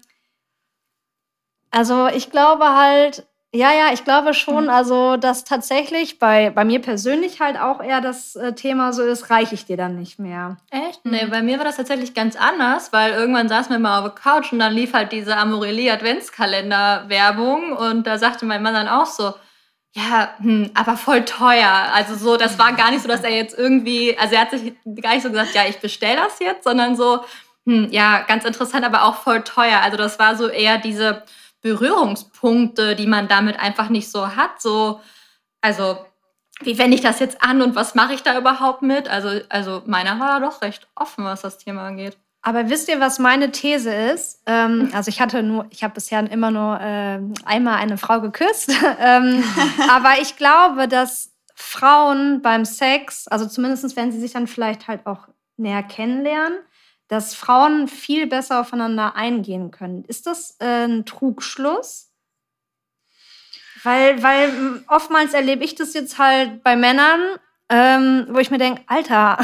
Also ich glaube halt, ja, ja, ich glaube schon, also dass tatsächlich bei, bei mir persönlich halt auch eher das äh, Thema so ist, reiche ich dir dann nicht mehr. Echt? Nee, bei mir war das tatsächlich ganz anders, weil irgendwann saßen wir mal auf der Couch und dann lief halt diese Amorelie Adventskalender-Werbung und da sagte mein Mann dann auch so, ja, hm, aber voll teuer. Also so, das war gar nicht so, dass er jetzt irgendwie, also er hat sich gar nicht so gesagt, ja, ich bestelle das jetzt, sondern so, hm, ja, ganz interessant, aber auch voll teuer. Also das war so eher diese Berührungspunkte, die man damit einfach nicht so hat. So, also, wie wende ich das jetzt an und was mache ich da überhaupt mit? Also, also meiner war da doch recht offen, was das Thema angeht. Aber wisst ihr, was meine These ist? Ähm, also ich hatte nur, ich habe bisher immer nur äh, einmal eine Frau geküsst. ähm, aber ich glaube, dass Frauen beim Sex, also zumindest wenn sie sich dann vielleicht halt auch näher kennenlernen, dass Frauen viel besser aufeinander eingehen können. Ist das äh, ein Trugschluss? Weil, weil oftmals erlebe ich das jetzt halt bei Männern, ähm, wo ich mir denke, Alter,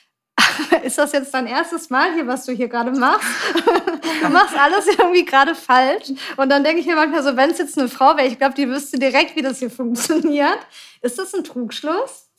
ist das jetzt dein erstes Mal hier, was du hier gerade machst? Du machst alles irgendwie gerade falsch. Und dann denke ich mir manchmal so, wenn es jetzt eine Frau wäre, ich glaube, die wüsste direkt, wie das hier funktioniert. Ist das ein Trugschluss?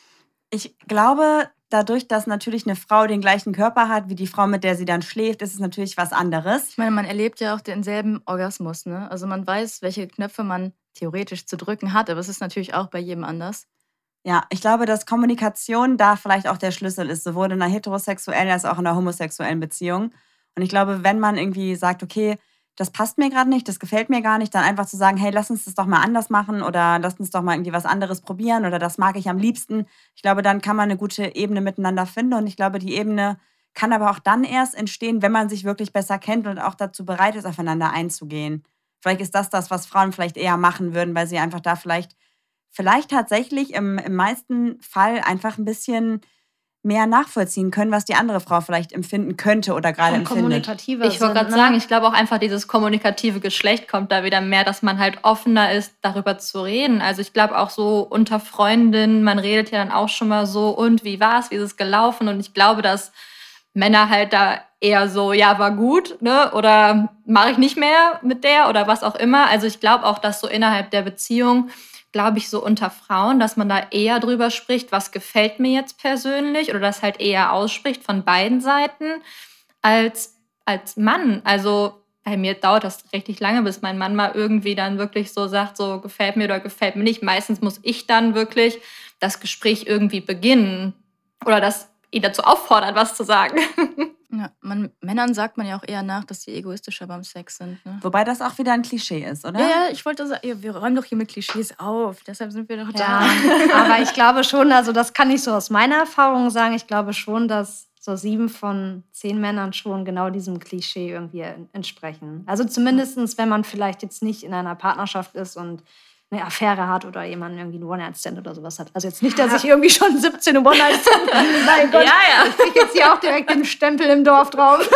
Ich glaube, dadurch, dass natürlich eine Frau den gleichen Körper hat wie die Frau, mit der sie dann schläft, ist es natürlich was anderes. Ich meine, man erlebt ja auch denselben Orgasmus, ne? Also man weiß, welche Knöpfe man theoretisch zu drücken hat, aber es ist natürlich auch bei jedem anders. Ja, ich glaube, dass Kommunikation da vielleicht auch der Schlüssel ist, sowohl in einer heterosexuellen als auch in einer homosexuellen Beziehung. Und ich glaube, wenn man irgendwie sagt, okay, das passt mir gerade nicht, das gefällt mir gar nicht, dann einfach zu sagen, hey, lass uns das doch mal anders machen oder lass uns doch mal irgendwie was anderes probieren oder das mag ich am liebsten. Ich glaube, dann kann man eine gute Ebene miteinander finden und ich glaube, die Ebene kann aber auch dann erst entstehen, wenn man sich wirklich besser kennt und auch dazu bereit ist, aufeinander einzugehen. Vielleicht ist das das, was Frauen vielleicht eher machen würden, weil sie einfach da vielleicht, vielleicht tatsächlich im, im meisten Fall einfach ein bisschen mehr nachvollziehen können, was die andere Frau vielleicht empfinden könnte oder gerade empfindet. Kommunikativer Ich wollte gerade sind, sagen, ne? ich glaube auch einfach dieses kommunikative Geschlecht kommt da wieder mehr, dass man halt offener ist, darüber zu reden. Also ich glaube auch so unter Freundinnen, man redet ja dann auch schon mal so, und wie war es, wie ist es gelaufen? Und ich glaube, dass Männer halt da eher so, ja, war gut, ne? Oder mache ich nicht mehr mit der oder was auch immer. Also ich glaube auch, dass so innerhalb der Beziehung, glaube ich, so unter Frauen, dass man da eher drüber spricht, was gefällt mir jetzt persönlich oder das halt eher ausspricht von beiden Seiten als, als Mann. Also bei mir dauert das richtig lange, bis mein Mann mal irgendwie dann wirklich so sagt, so gefällt mir oder gefällt mir nicht. Meistens muss ich dann wirklich das Gespräch irgendwie beginnen oder das ihn dazu auffordern, was zu sagen. Ja, man, Männern sagt man ja auch eher nach, dass sie egoistischer beim Sex sind. Ne? Wobei das auch wieder ein Klischee ist, oder? Ja, ja, ich wollte sagen, ja, wir räumen doch hier mit Klischees auf. Deshalb sind wir doch da. Ja, aber ich glaube schon, also das kann ich so aus meiner Erfahrung sagen, ich glaube schon, dass so sieben von zehn Männern schon genau diesem Klischee irgendwie entsprechen. Also zumindest, wenn man vielleicht jetzt nicht in einer Partnerschaft ist und eine Affäre hat oder jemanden irgendwie einen One-Night-Stand oder sowas hat. Also jetzt nicht, dass ich irgendwie schon siebzehn One-Night-Stand habe. Mein Gott, ja, ja. ich kriege jetzt hier auch direkt den Stempel im Dorf drauf.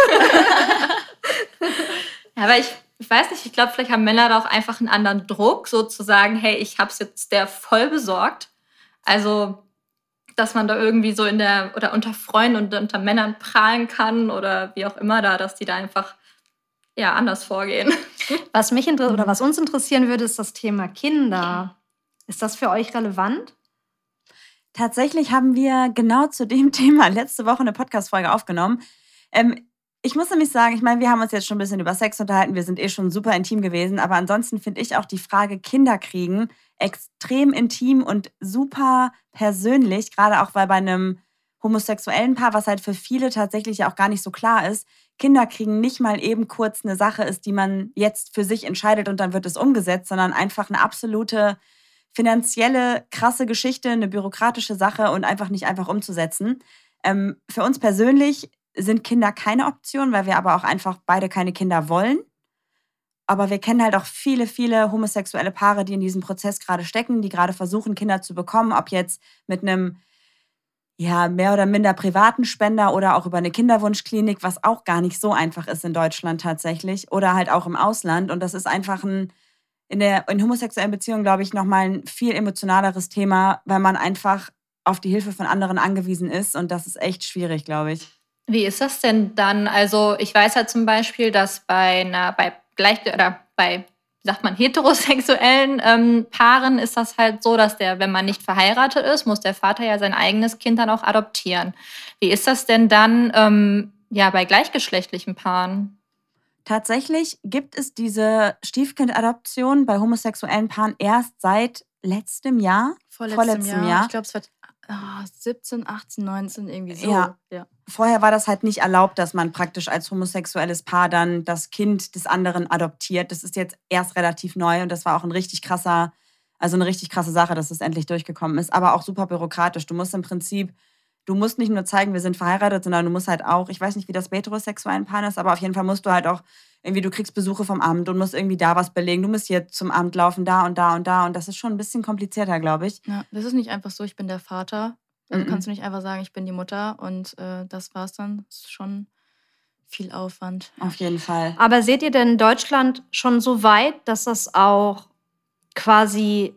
Ja, aber ich, ich weiß nicht, ich glaube, vielleicht haben Männer da auch einfach einen anderen Druck, so zu sagen, hey, ich hab's jetzt der voll besorgt. Also, dass man da irgendwie so in der, oder unter Freunden und unter Männern prahlen kann oder wie auch immer da, dass die da einfach ja, anders vorgehen. Was mich inter- oder was uns interessieren würde, ist das Thema Kinder. Ist das für euch relevant? Tatsächlich haben wir genau zu dem Thema letzte Woche eine Podcast-Folge aufgenommen. Ähm, ich muss nämlich sagen, ich meine, wir haben uns jetzt schon ein bisschen über Sex unterhalten, wir sind eh schon super intim gewesen, aber ansonsten finde ich auch die Frage Kinder kriegen extrem intim und super persönlich, gerade auch weil bei einem homosexuellen Paar, was halt für viele tatsächlich ja auch gar nicht so klar ist, Kinder kriegen nicht mal eben kurz eine Sache ist, die man jetzt für sich entscheidet und dann wird es umgesetzt, sondern einfach eine absolute finanzielle, krasse Geschichte, eine bürokratische Sache und einfach nicht einfach umzusetzen. Ähm, für uns persönlich sind Kinder keine Option, weil wir aber auch einfach beide keine Kinder wollen. Aber wir kennen halt auch viele, viele homosexuelle Paare, die in diesem Prozess gerade stecken, die gerade versuchen, Kinder zu bekommen, ob jetzt mit einem ja, mehr oder minder privaten Spender oder auch über eine Kinderwunschklinik, was auch gar nicht so einfach ist in Deutschland tatsächlich oder halt auch im Ausland. Und das ist einfach ein, in der in homosexuellen Beziehungen, glaube ich, nochmal ein viel emotionaleres Thema, weil man einfach auf die Hilfe von anderen angewiesen ist. Und das ist echt schwierig, glaube ich. Wie ist das denn dann? Also ich weiß ja zum Beispiel, dass bei einer, bei gleich oder bei, wie sagt man, heterosexuellen ähm, Paaren ist das halt so, dass der, wenn man nicht verheiratet ist, muss der Vater ja sein eigenes Kind dann auch adoptieren. Wie ist das denn dann ähm, ja bei gleichgeschlechtlichen Paaren? Tatsächlich gibt es diese Stiefkindadoption bei homosexuellen Paaren erst seit letztem Jahr. Vorletztem, Vorletztem Jahr. Jahr. Ich glaube, es war ah, siebzehn, achtzehn, neunzehn, irgendwie so. Ja. ja. Vorher war das halt nicht erlaubt, dass man praktisch als homosexuelles Paar dann das Kind des anderen adoptiert. Das ist jetzt erst relativ neu und das war auch ein richtig krasser, also eine richtig krasse Sache, dass es endlich durchgekommen ist. Aber auch super bürokratisch. Du musst im Prinzip, du musst nicht nur zeigen, wir sind verheiratet, sondern du musst halt auch, ich weiß nicht, wie das bei heterosexuellen Paaren ist, aber auf jeden Fall musst du halt auch irgendwie, du kriegst Besuche vom Amt und musst irgendwie da was belegen. Du musst hier zum Amt laufen, da und da und da. Und das ist schon ein bisschen komplizierter, glaube ich. Ja, das ist nicht einfach so, ich bin der Vater. Also Mhm. kannst du nicht einfach sagen, ich bin die Mutter und äh, das war's dann. Das ist schon viel Aufwand. Auf jeden Fall. Aber seht ihr denn Deutschland schon so weit, dass das auch quasi,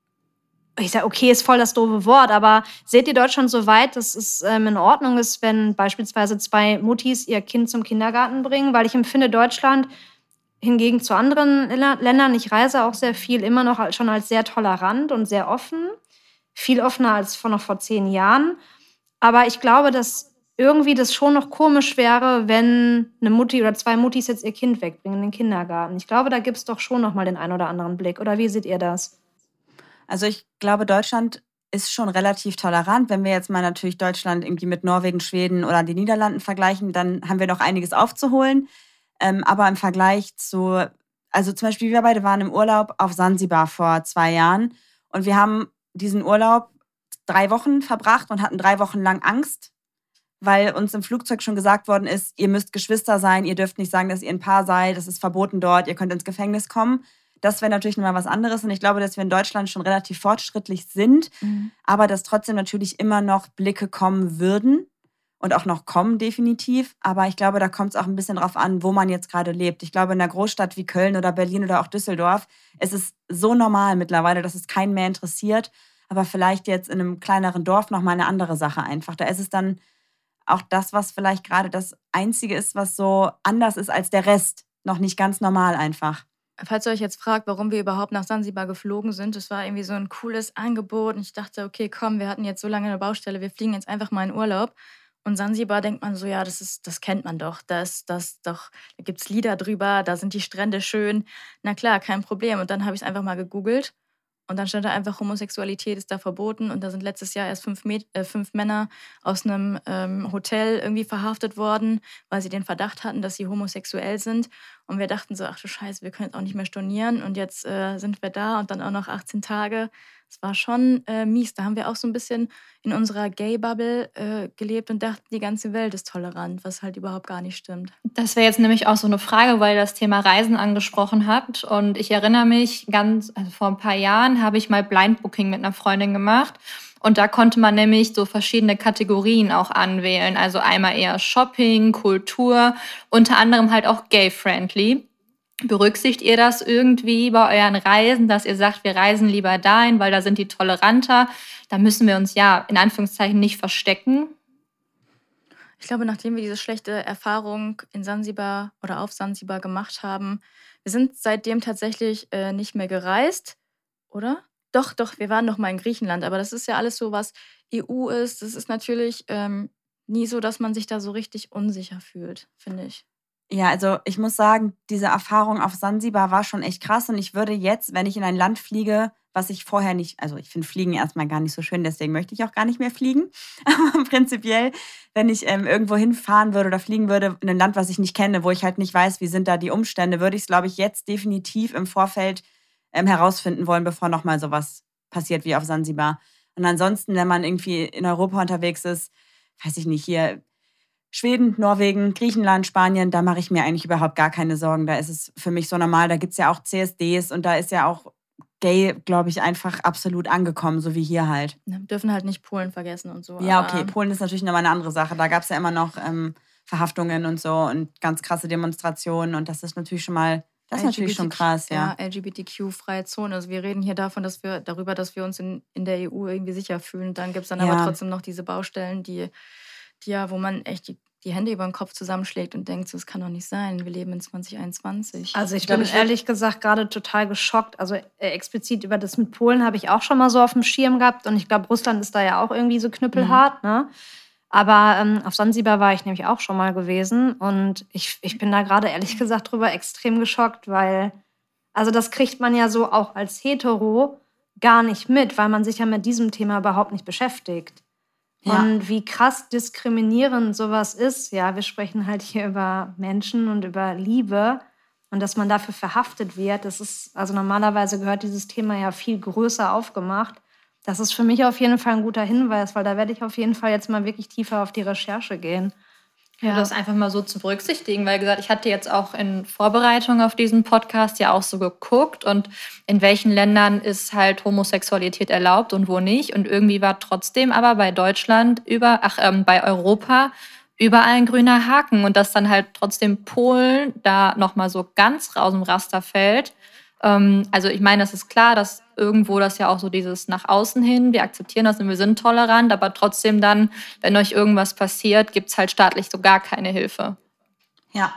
ich sage, okay, ist voll das doofe Wort, aber seht ihr Deutschland so weit, dass es ähm, in Ordnung ist, wenn beispielsweise zwei Muttis ihr Kind zum Kindergarten bringen? Weil ich empfinde Deutschland hingegen zu anderen Lä- Ländern, ich reise auch sehr viel, immer noch als- schon als sehr tolerant und sehr offen. Viel offener als vor noch vor zehn Jahren. Aber ich glaube, dass irgendwie das schon noch komisch wäre, wenn eine Mutti oder zwei Muttis jetzt ihr Kind wegbringen in den Kindergarten. Ich glaube, da gibt es doch schon noch mal den einen oder anderen Blick. Oder wie seht ihr das? Also ich glaube, Deutschland ist schon relativ tolerant. Wenn wir jetzt mal natürlich Deutschland irgendwie mit Norwegen, Schweden oder den Niederlanden vergleichen, dann haben wir noch einiges aufzuholen. Ähm, aber im Vergleich zu, also zum Beispiel wir beide waren im Urlaub auf Sansibar vor zwei Jahren und wir haben diesen Urlaub drei Wochen verbracht und hatten drei Wochen lang Angst, weil uns im Flugzeug schon gesagt worden ist, ihr müsst Geschwister sein, ihr dürft nicht sagen, dass ihr ein Paar seid, das ist verboten dort, ihr könnt ins Gefängnis kommen. Das wäre natürlich nochmal was anderes und ich glaube, dass wir in Deutschland schon relativ fortschrittlich sind, Mhm. aber dass trotzdem natürlich immer noch Blicke kommen würden und auch noch kommen definitiv. Aber ich glaube, da kommt es auch ein bisschen drauf an, wo man jetzt gerade lebt. Ich glaube, in einer Großstadt wie Köln oder Berlin oder auch Düsseldorf, es ist so normal mittlerweile, dass es keinen mehr interessiert. Aber vielleicht jetzt in einem kleineren Dorf nochmal eine andere Sache einfach. Da ist es dann auch das, was vielleicht gerade das Einzige ist, was so anders ist als der Rest. Noch nicht ganz normal einfach. Falls ihr euch jetzt fragt, warum wir überhaupt nach Sansibar geflogen sind, das war irgendwie so ein cooles Angebot. Und ich dachte, okay, komm, wir hatten jetzt so lange eine Baustelle, wir fliegen jetzt einfach mal in Urlaub. Und Sansibar denkt man so, ja, das ist, das kennt man doch. Das, das doch, da gibt es Lieder drüber, da sind die Strände schön. Na klar, kein Problem. Und dann habe ich es einfach mal gegoogelt. Und dann stand da einfach, Homosexualität ist da verboten. Und da sind letztes Jahr erst fünf, Mäd äh, fünf Männer aus einem ähm, Hotel irgendwie verhaftet worden, weil sie den Verdacht hatten, dass sie homosexuell sind. Und wir dachten so, ach du Scheiße, wir können jetzt auch nicht mehr stornieren. Und jetzt äh, sind wir da und dann auch noch achtzehn Tage. Es war schon äh, mies. Da haben wir auch so ein bisschen in unserer Gay-Bubble äh, gelebt und dachten, die ganze Welt ist tolerant, was halt überhaupt gar nicht stimmt. Das wäre jetzt nämlich auch so eine Frage, weil ihr das Thema Reisen angesprochen habt. Und ich erinnere mich ganz, also vor ein paar Jahren habe ich mal Blind Booking mit einer Freundin gemacht. Und da konnte man nämlich so verschiedene Kategorien auch anwählen. Also einmal eher Shopping, Kultur, unter anderem halt auch gay-friendly. Berücksichtigt ihr das irgendwie bei euren Reisen, dass ihr sagt, wir reisen lieber dahin, weil da sind die toleranter? Da müssen wir uns ja in Anführungszeichen nicht verstecken. Ich glaube, nachdem wir diese schlechte Erfahrung in Sansibar oder auf Sansibar gemacht haben, wir sind seitdem tatsächlich äh, nicht mehr gereist, oder? Doch, doch, wir waren noch mal in Griechenland, aber das ist ja alles so, was E U ist. Das ist natürlich ähm, nie so, dass man sich da so richtig unsicher fühlt, finde ich. Ja, also ich muss sagen, diese Erfahrung auf Sansibar war schon echt krass und ich würde jetzt, wenn ich in ein Land fliege, was ich vorher nicht, also ich finde Fliegen erstmal gar nicht so schön, deswegen möchte ich auch gar nicht mehr fliegen. Aber prinzipiell, wenn ich ähm, irgendwo hinfahren würde oder fliegen würde in ein Land, was ich nicht kenne, wo ich halt nicht weiß, wie sind da die Umstände, würde ich es, glaube ich, jetzt definitiv im Vorfeld ähm, herausfinden wollen, bevor nochmal sowas passiert wie auf Sansibar. Und ansonsten, wenn man irgendwie in Europa unterwegs ist, weiß ich nicht, hier Schweden, Norwegen, Griechenland, Spanien, da mache ich mir eigentlich überhaupt gar keine Sorgen. Da ist es für mich so normal. Da gibt es ja auch C S Ds und da ist ja auch Gay, glaube ich, einfach absolut angekommen, so wie hier halt. Wir dürfen halt nicht Polen vergessen und so. Ja, okay, Polen ist natürlich nochmal eine andere Sache. Da gab es ja immer noch ähm, Verhaftungen und so und ganz krasse Demonstrationen und das ist natürlich schon mal, das ist natürlich schon krass, ja. Ja, L G B T Q-freie Zone. Also wir reden hier davon, dass wir darüber, dass wir uns in, in der E U irgendwie sicher fühlen. Dann gibt es dann Ja. aber trotzdem noch diese Baustellen, die, die ja, wo man echt die, die Hände über den Kopf zusammenschlägt und denkt, so, das kann doch nicht sein. Wir leben in zwanzig einundzwanzig. Also ich Ich glaub, bin ich würd- ehrlich gesagt gerade total geschockt. Also äh, explizit über das mit Polen habe ich auch schon mal so auf dem Schirm gehabt. Und ich glaube, Russland ist da ja auch irgendwie so knüppelhart. Ne? Aber ähm, auf Sansibar war ich nämlich auch schon mal gewesen. Und ich, ich bin da gerade ehrlich gesagt drüber extrem geschockt, weil, also das kriegt man ja so auch als Hetero gar nicht mit, weil man sich ja mit diesem Thema überhaupt nicht beschäftigt. Ja. Und wie krass diskriminierend sowas ist. Ja, wir sprechen halt hier über Menschen und über Liebe. Und dass man dafür verhaftet wird, das ist, also normalerweise gehört dieses Thema ja viel größer aufgemacht. Das ist für mich auf jeden Fall ein guter Hinweis, weil da werde ich auf jeden Fall jetzt mal wirklich tiefer auf die Recherche gehen. Ja, das einfach mal so zu berücksichtigen, weil gesagt, ich hatte jetzt auch in Vorbereitung auf diesen Podcast ja auch so geguckt und in welchen Ländern ist halt Homosexualität erlaubt und wo nicht. Und irgendwie war trotzdem aber bei Deutschland über, ach, ähm, bei Europa überall ein grüner Haken und dass dann halt trotzdem Polen da nochmal so ganz aus dem Raster fällt. Ähm, also ich meine, das ist klar, dass irgendwo das ja auch so dieses nach außen hin, wir akzeptieren das und wir sind tolerant, aber trotzdem dann, wenn euch irgendwas passiert, gibt es halt staatlich so gar keine Hilfe. Ja,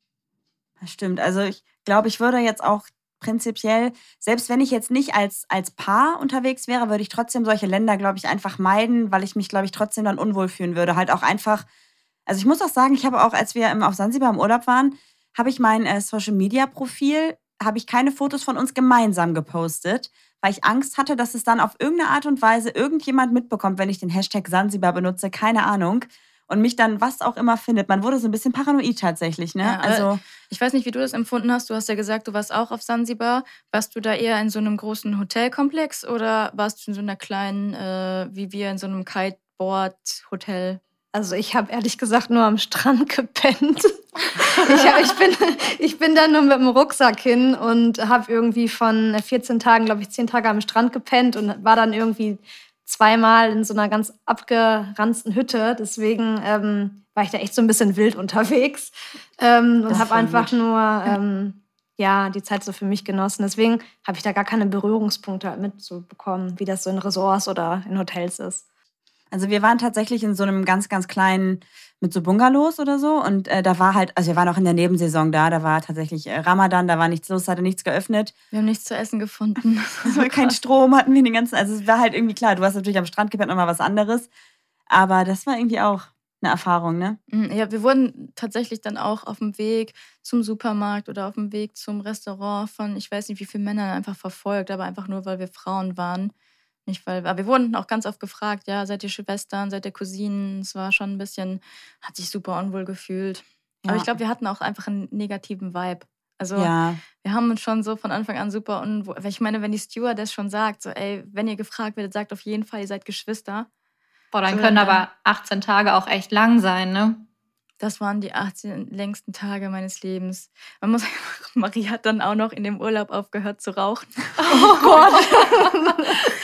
das stimmt. Also ich glaube, ich würde jetzt auch prinzipiell, selbst wenn ich jetzt nicht als, als Paar unterwegs wäre, würde ich trotzdem solche Länder, glaube ich, einfach meiden, weil ich mich, glaube ich, trotzdem dann unwohl fühlen würde. Halt auch einfach, also ich muss auch sagen, ich habe auch, als wir im, auf Sansibar im Urlaub waren, habe ich mein äh, Social-Media-Profil, habe ich keine Fotos von uns gemeinsam gepostet, weil ich Angst hatte, dass es dann auf irgendeine Art und Weise irgendjemand mitbekommt, wenn ich den Hashtag Sansibar benutze, keine Ahnung, und mich dann was auch immer findet. Man wurde so ein bisschen paranoid tatsächlich, ne? Ja, also ich weiß nicht, wie du das empfunden hast. Du hast ja gesagt, du warst auch auf Sansibar. Warst du da eher in so einem großen Hotelkomplex oder warst du in so einer kleinen, äh, wie wir, in so einem Kiteboard-Hotel? Also ich habe ehrlich gesagt nur am Strand gepennt. Ich, hab, ich, bin, ich bin dann nur mit dem Rucksack hin und habe irgendwie von vierzehn Tagen, glaube ich, zehn Tage am Strand gepennt und war dann irgendwie zweimal in so einer ganz abgeranzten Hütte. Deswegen ähm, war ich da echt so ein bisschen wild unterwegs ähm, und habe einfach gut. nur ähm, ja, die Zeit so für mich genossen. Deswegen habe ich da gar keine Berührungspunkte mitzubekommen, wie das so in Resorts oder in Hotels ist. Also wir waren tatsächlich in so einem ganz, ganz kleinen, mit so Bungalows oder so. Und äh, da war halt, also wir waren auch in der Nebensaison da, da war tatsächlich äh, Ramadan, da war nichts los, hatte nichts geöffnet. Wir haben nichts zu essen gefunden. Es war kein Strom, hatten wir den ganzen, also es war halt irgendwie klar, du hast natürlich am Strand gepennt, nochmal was anderes. Aber das war irgendwie auch eine Erfahrung, ne? Ja, wir wurden tatsächlich dann auch auf dem Weg zum Supermarkt oder auf dem Weg zum Restaurant von, ich weiß nicht wie viele Männern einfach verfolgt, aber einfach nur, weil wir Frauen waren. Nicht, weil, aber wir wurden auch ganz oft gefragt, ja, seid ihr Schwestern, seid ihr Cousinen? Es war schon ein bisschen, hat sich super unwohl gefühlt. Ja. Aber ich glaube, wir hatten auch einfach einen negativen Vibe. Also ja. wir haben uns schon so von Anfang an super unwohl. Ich meine, wenn die Stewardess schon sagt, so, ey, wenn ihr gefragt werdet, sagt auf jeden Fall, ihr seid Geschwister. Boah, dann so, können dann, aber achtzehn Tage auch echt lang sein, ne? Das waren die achtzehn längsten Tage meines Lebens. Man muss einfach, Marie hat dann auch noch in dem Urlaub aufgehört zu rauchen. Oh Gott!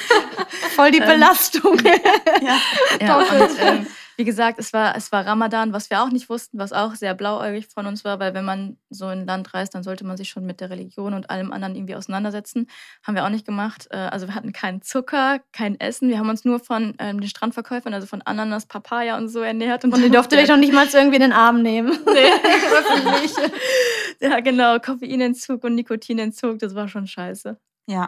Voll die Belastung. ja, ja und, ähm, wie gesagt, es war, es war Ramadan, was wir auch nicht wussten, was auch sehr blauäugig von uns war, weil wenn man so in ein Land reist, dann sollte man sich schon mit der Religion und allem anderen irgendwie auseinandersetzen. Haben wir auch nicht gemacht. Also wir hatten keinen Zucker, kein Essen. Wir haben uns nur von ähm, den Strandverkäufern, also von Ananas, Papaya und so ernährt. Und, und die durfte dich noch nicht mal irgendwie in den Arm nehmen. Nee, öffentlich. Ja, genau. Koffeinentzug und Nikotinentzug, das war schon scheiße. Ja.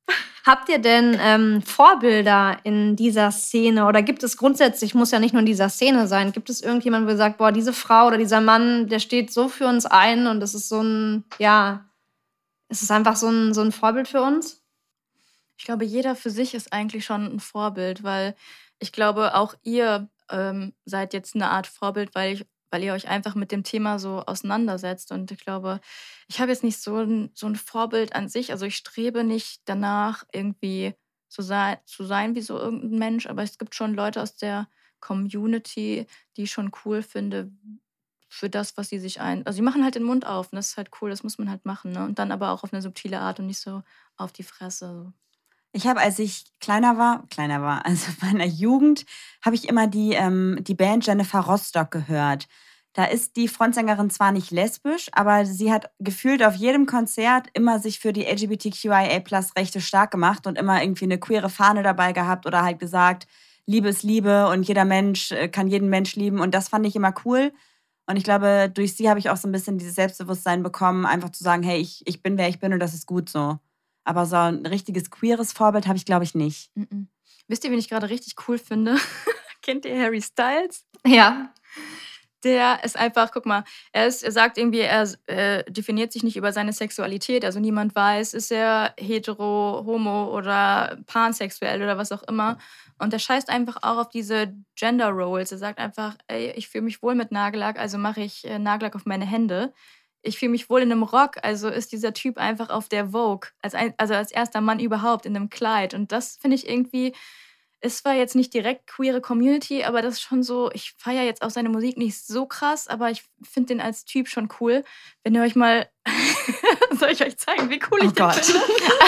Habt ihr denn ähm, Vorbilder in dieser Szene? Oder gibt es grundsätzlich, muss ja nicht nur in dieser Szene sein, gibt es irgendjemanden, wo ihr sagt, boah, diese Frau oder dieser Mann, der steht so für uns ein und das ist so ein, ja, es ist einfach so ein, so ein Vorbild für uns? Ich glaube, jeder für sich ist eigentlich schon ein Vorbild, weil ich glaube, auch ihr ähm, seid jetzt eine Art Vorbild, weil, ich, weil ihr euch einfach mit dem Thema so auseinandersetzt. Und ich glaube, ich habe jetzt nicht so ein, so ein Vorbild an sich. Also ich strebe nicht danach, irgendwie so sei, zu sein wie so irgendein Mensch, aber es gibt schon Leute aus der Community, die ich schon cool finde für das, was sie sich ein... Also sie machen halt den Mund auf und das ist halt cool, das muss man halt machen. Ne? Und dann aber auch auf eine subtile Art und nicht so auf die Fresse. So. Ich habe, als ich kleiner war, kleiner war, also in meiner Jugend, habe ich immer die, ähm, die Band Jennifer Rostock gehört. Da ist die Frontsängerin zwar nicht lesbisch, aber sie hat gefühlt auf jedem Konzert immer sich für die L G B T Q I A Plus Rechte stark gemacht und immer irgendwie eine queere Fahne dabei gehabt oder halt gesagt, Liebe ist Liebe und jeder Mensch äh, kann jeden Mensch lieben. Und das fand ich immer cool. Und ich glaube, durch sie habe ich auch so ein bisschen dieses Selbstbewusstsein bekommen, einfach zu sagen, hey, ich, ich bin, wer ich bin und das ist gut so. Aber so ein richtiges queeres Vorbild habe ich, glaube ich, nicht. Mhm. Wisst ihr, wen ich gerade richtig cool finde? Kennt ihr Harry Styles? Ja. Der ist einfach, guck mal, er, ist, er sagt irgendwie, er äh, definiert sich nicht über seine Sexualität. Also niemand weiß, ist er hetero, homo oder pansexuell oder was auch immer. Und er scheißt einfach auch auf diese Gender Roles. Er sagt einfach, ey, ich fühle mich wohl mit Nagellack, also mache ich äh, Nagellack auf meine Hände. Ich fühle mich wohl in einem Rock, also ist dieser Typ einfach auf der Vogue. Als ein, also als erster Mann überhaupt in einem Kleid. Und das finde ich irgendwie... Es war jetzt nicht direkt queere Community, aber das ist schon so, ich feiere jetzt auch seine Musik nicht so krass, aber ich finde den als Typ schon cool. Wenn ihr euch mal, soll ich euch zeigen, wie cool ich Oh den Gott. finde?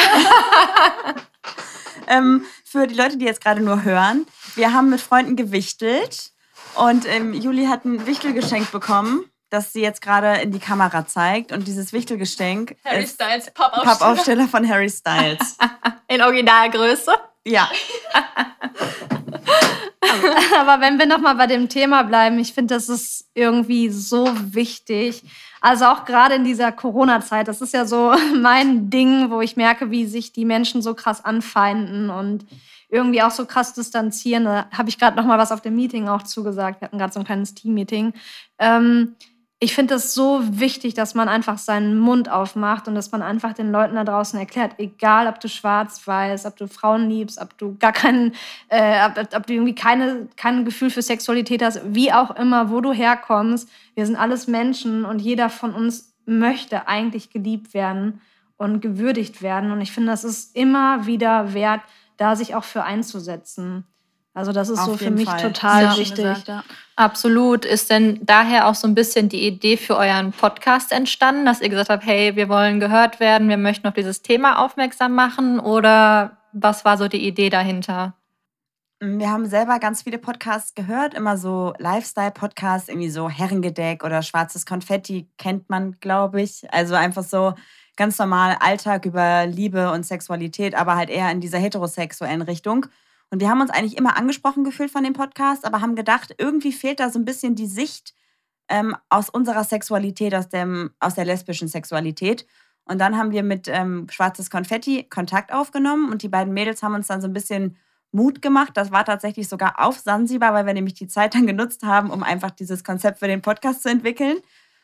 ähm, für die Leute, die jetzt gerade nur hören, wir haben mit Freunden gewichtelt und ähm, Juli hat ein Wichtelgeschenk bekommen, das sie jetzt gerade in die Kamera zeigt. Und dieses Wichtelgeschenk Harry ist Styles Pappaufsteller. Pappaufsteller von Harry Styles. In Originalgröße. Ja. Aber wenn wir nochmal bei dem Thema bleiben, ich finde, das ist irgendwie so wichtig. Also auch gerade in dieser Corona-Zeit, das ist ja so mein Ding, wo ich merke, wie sich die Menschen so krass anfeinden und irgendwie auch so krass distanzieren. Da habe ich gerade nochmal was auf dem Meeting auch zugesagt. Wir hatten gerade so ein kleines Team-Meeting. Ähm, ich finde es so wichtig, dass man einfach seinen Mund aufmacht und dass man einfach den Leuten da draußen erklärt, egal ob du schwarz, weiß, ob du Frauen liebst, ob du gar kein, äh, ob, ob du irgendwie keine, kein Gefühl für Sexualität hast, wie auch immer, wo du herkommst. Wir sind alles Menschen und jeder von uns möchte eigentlich geliebt werden und gewürdigt werden. Und ich finde, das ist immer wieder wert, da sich auch für einzusetzen. Also das ist Auf so für jeden mich Fall. total Ja, wichtig. gesagt, ja. Absolut. Ist denn daher auch so ein bisschen die Idee für euren Podcast entstanden, dass ihr gesagt habt, hey, wir wollen gehört werden, wir möchten auf dieses Thema aufmerksam machen? Oder was war so die Idee dahinter? Wir haben selber ganz viele Podcasts gehört, immer so Lifestyle-Podcasts, irgendwie so Herrengedeck oder Schwarzes Konfetti kennt man, glaube ich. Also einfach so ganz normal Alltag über Liebe und Sexualität, aber halt eher in dieser heterosexuellen Richtung. Und wir haben uns eigentlich immer angesprochen gefühlt von dem Podcast, aber haben gedacht, irgendwie fehlt da so ein bisschen die Sicht ähm, aus unserer Sexualität, aus, dem, aus der lesbischen Sexualität. Und dann haben wir mit ähm, Schwarzes Konfetti Kontakt aufgenommen und die beiden Mädels haben uns dann so ein bisschen Mut gemacht. Das war tatsächlich sogar auf Sansibar, weil wir nämlich die Zeit dann genutzt haben, um einfach dieses Konzept für den Podcast zu entwickeln.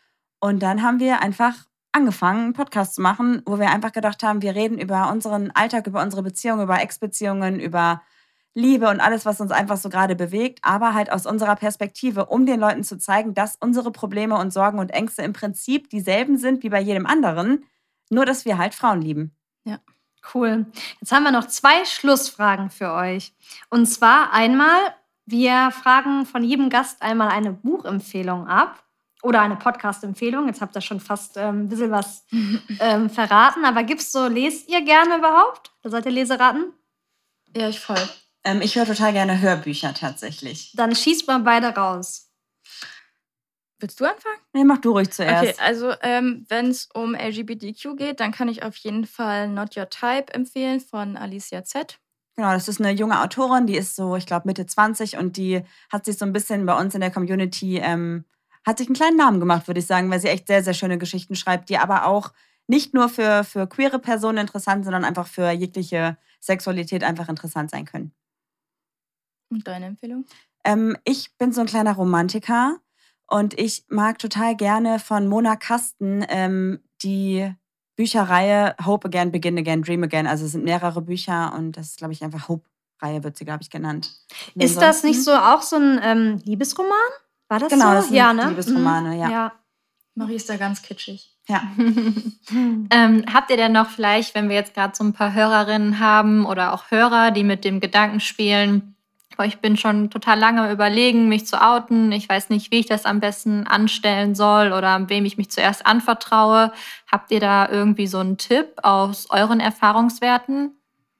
Und dann haben wir einfach angefangen, einen Podcast zu machen, wo wir einfach gedacht haben, wir reden über unseren Alltag, über unsere Beziehungen, über Ex-Beziehungen, über Liebe und alles, was uns einfach so gerade bewegt, aber halt aus unserer Perspektive, um den Leuten zu zeigen, dass unsere Probleme und Sorgen und Ängste im Prinzip dieselben sind wie bei jedem anderen, nur dass wir halt Frauen lieben. Ja. Cool. Jetzt haben wir noch zwei Schlussfragen für euch. Und zwar einmal, wir fragen von jedem Gast einmal eine Buchempfehlung ab oder eine Podcast-Empfehlung. Jetzt habt ihr schon fast ähm, ein bisschen was ähm, verraten, aber gibt's so, lest ihr gerne überhaupt? Da seid ihr Leseraten? Ja, ich voll. Ähm, ich höre total gerne Hörbücher tatsächlich. Dann schießt mal beide raus. Willst du anfangen? Nee, mach du ruhig zuerst. Okay, also ähm, wenn es um L G B T Q geht, dann kann ich auf jeden Fall Not Your Type empfehlen von Alicia Z. Genau, das ist eine junge Autorin, die ist so, ich glaube, Mitte zwanzig und die hat sich so ein bisschen bei uns in der Community, ähm, hat sich einen kleinen Namen gemacht, würde ich sagen, weil sie echt sehr, sehr schöne Geschichten schreibt, die aber auch nicht nur für, für queere Personen interessant, sondern einfach für jegliche Sexualität einfach interessant sein können. Und deine Empfehlung? Ähm, ich bin so ein kleiner Romantiker und ich mag total gerne von Mona Kasten ähm, die Bücherreihe Hope Again, Begin Again, Dream Again. Also es sind mehrere Bücher und das ist, glaube ich, einfach Hope-Reihe wird sie, glaube ich, genannt. Und Ist das nicht so auch so ein ähm, Liebesroman? War das Genau, so? das sind ja, ne? Liebesromane, Mhm. ja. ja. Marie ist da ganz kitschig. Ja. ähm, habt ihr denn noch vielleicht, wenn wir jetzt gerade so ein paar Hörerinnen haben oder auch Hörer, die mit dem Gedanken spielen, boah, ich bin schon total lange am Überlegen, mich zu outen, ich weiß nicht, wie ich das am besten anstellen soll oder wem ich mich zuerst anvertraue. Habt ihr da irgendwie so einen Tipp aus euren Erfahrungswerten?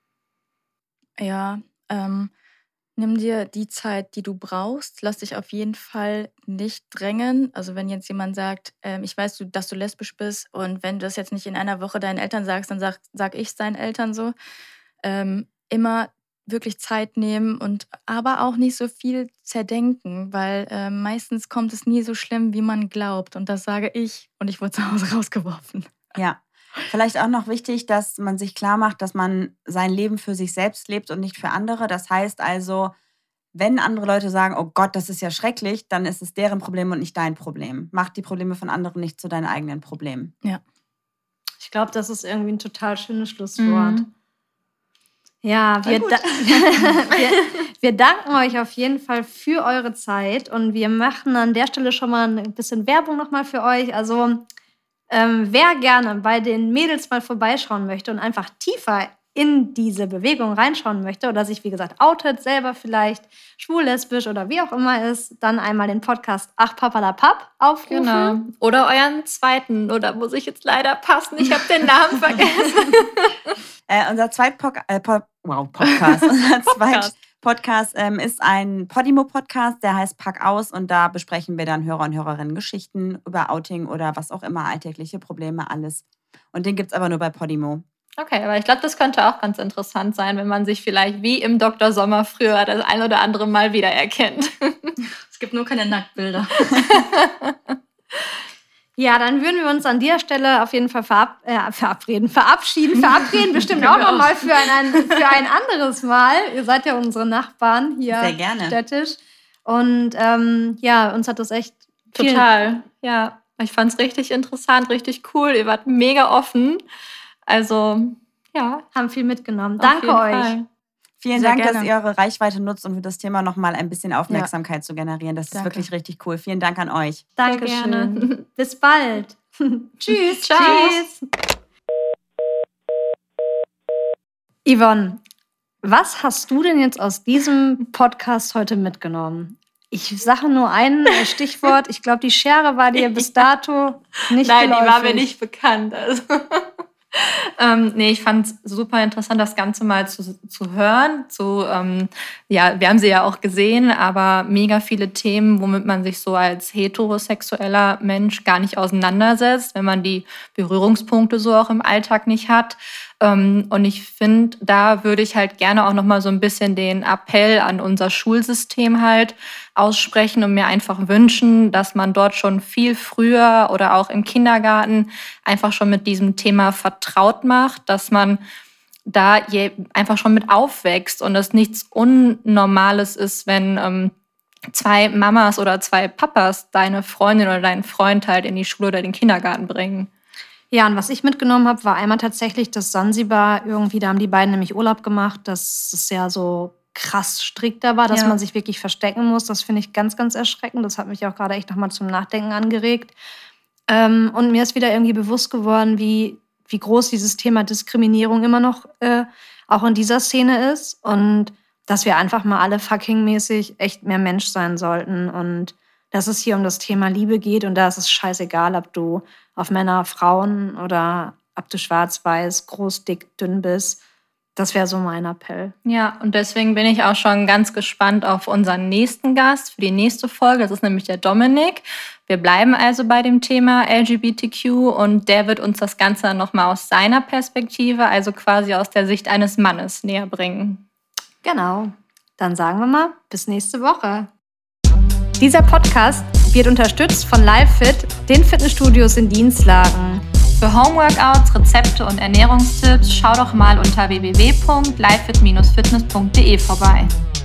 Ja, ähm, nimm dir die Zeit, die du brauchst. Lass dich auf jeden Fall nicht drängen. Also wenn jetzt jemand sagt, ähm, ich weiß, du, dass du lesbisch bist und wenn du das jetzt nicht in einer Woche deinen Eltern sagst, dann sag, sag ich es deinen Eltern so. Ähm, immer wirklich Zeit nehmen und aber auch nicht so viel zerdenken, weil äh, meistens kommt es nie so schlimm, wie man glaubt. Und das sage ich und ich wurde zu Hause rausgeworfen. Ja. Vielleicht auch noch wichtig, dass man sich klar macht, dass man sein Leben für sich selbst lebt und nicht für andere. Das heißt also, wenn andere Leute sagen, oh Gott, das ist ja schrecklich, dann ist es deren Problem und nicht dein Problem. Mach die Probleme von anderen nicht zu deinen eigenen Problemen. Ja. Ich glaube, das ist irgendwie ein total schönes Schlusswort. Mhm. Ja, wir, da wir, wir danken euch auf jeden Fall für eure Zeit und wir machen an der Stelle schon mal ein bisschen Werbung nochmal für euch. Also ähm, wer gerne bei den Mädels mal vorbeischauen möchte und einfach tiefer in diese Bewegung reinschauen möchte oder sich, wie gesagt, outet, selber vielleicht schwul, lesbisch oder wie auch immer ist, dann einmal den Podcast Ach Papalapap aufrufen. Genau. Oder euren zweiten, oder muss ich jetzt leider passen? Ich habe den Namen vergessen. Äh, unser zweit Pod äh, Pod wow, Podcast, unser zweit Podcast ähm, ist ein Podimo-Podcast, der heißt Pack aus und da besprechen wir dann Hörer und Hörerinnen Geschichten über Outing oder was auch immer, alltägliche Probleme, alles. Und den gibt es aber nur bei Podimo. Okay, aber ich glaube, das könnte auch ganz interessant sein, wenn man sich vielleicht wie im Doktor Sommer früher das ein oder andere Mal wiedererkennt. Es gibt nur keine Nacktbilder. Ja, dann würden wir uns an der Stelle auf jeden Fall verab äh, verabreden, verabschieden, verabreden bestimmt auch nochmal für ein, ein, für ein anderes Mal. Ihr seid ja unsere Nachbarn hier Sehr gerne. städtisch. Und ähm, ja, uns hat das echt viel Total, ja. Ich fand es richtig interessant, richtig cool. Ihr wart mega offen. Also, ja. haben viel mitgenommen. auf Danke jeden euch. Fall. Vielen Sehr Dank, gerne. dass ihr eure Reichweite nutzt, um für das Thema nochmal ein bisschen Aufmerksamkeit zu generieren. Das ist Danke. wirklich richtig cool. Vielen Dank an euch. Dankeschön. gerne. Bis bald. Tschüss. Ciao. Tschüss. Yvonne, was hast du denn jetzt aus diesem Podcast heute mitgenommen? Ich sage nur ein Stichwort. Ich glaube, die Schere war dir bis dato nicht Nein, die war geläufig. mir nicht bekannt. Also. ähm, nee, ich fand es super interessant, das Ganze mal zu, zu hören. Zu, ähm, ja, wir haben sie ja auch gesehen, aber mega viele Themen, womit man sich so als heterosexueller Mensch gar nicht auseinandersetzt, wenn man die Berührungspunkte so auch im Alltag nicht hat. Ähm, und ich finde, da würde ich halt gerne auch nochmal so ein bisschen den Appell an unser Schulsystem halt aussprechen und mir einfach wünschen, dass man dort schon viel früher oder auch im Kindergarten einfach schon mit diesem Thema vertraut macht, dass man da je einfach schon mit aufwächst und es nichts Unnormales ist, wenn ähm, zwei Mamas oder zwei Papas deine Freundin oder deinen Freund halt in die Schule oder den Kindergarten bringen. Ja, und was ich mitgenommen habe, war einmal tatsächlich das Sansibar. Irgendwie, da haben die beiden nämlich Urlaub gemacht, dass es ja so krass strikt da war, dass Ja. man sich wirklich verstecken muss. Das finde ich ganz, ganz erschreckend. Das hat mich auch gerade echt nochmal zum Nachdenken angeregt. Ähm, und mir ist wieder irgendwie bewusst geworden, wie, wie groß dieses Thema Diskriminierung immer noch äh, auch in dieser Szene ist. Und dass wir einfach mal alle fucking-mäßig echt mehr Mensch sein sollten. Und dass es hier um das Thema Liebe geht. Und da ist es scheißegal, ob du auf Männer, Frauen oder ob du schwarz, weiß, groß, dick, dünn bist. Das wäre so mein Appell. Ja, und deswegen bin ich auch schon ganz gespannt auf unseren nächsten Gast für die nächste Folge. Das ist nämlich der Dominik. Wir bleiben also bei dem Thema L G B T Q und der wird uns das Ganze dann nochmal aus seiner Perspektive, also quasi aus der Sicht eines Mannes, näher bringen. Genau. Dann sagen wir mal, bis nächste Woche. Dieser Podcast wird unterstützt von LiveFit, den Fitnessstudios in Dienstlagen. Für Homeworkouts, Rezepte und Ernährungstipps schau doch mal unter w w w punkt lifefit Bindestrich fitness punkt de vorbei.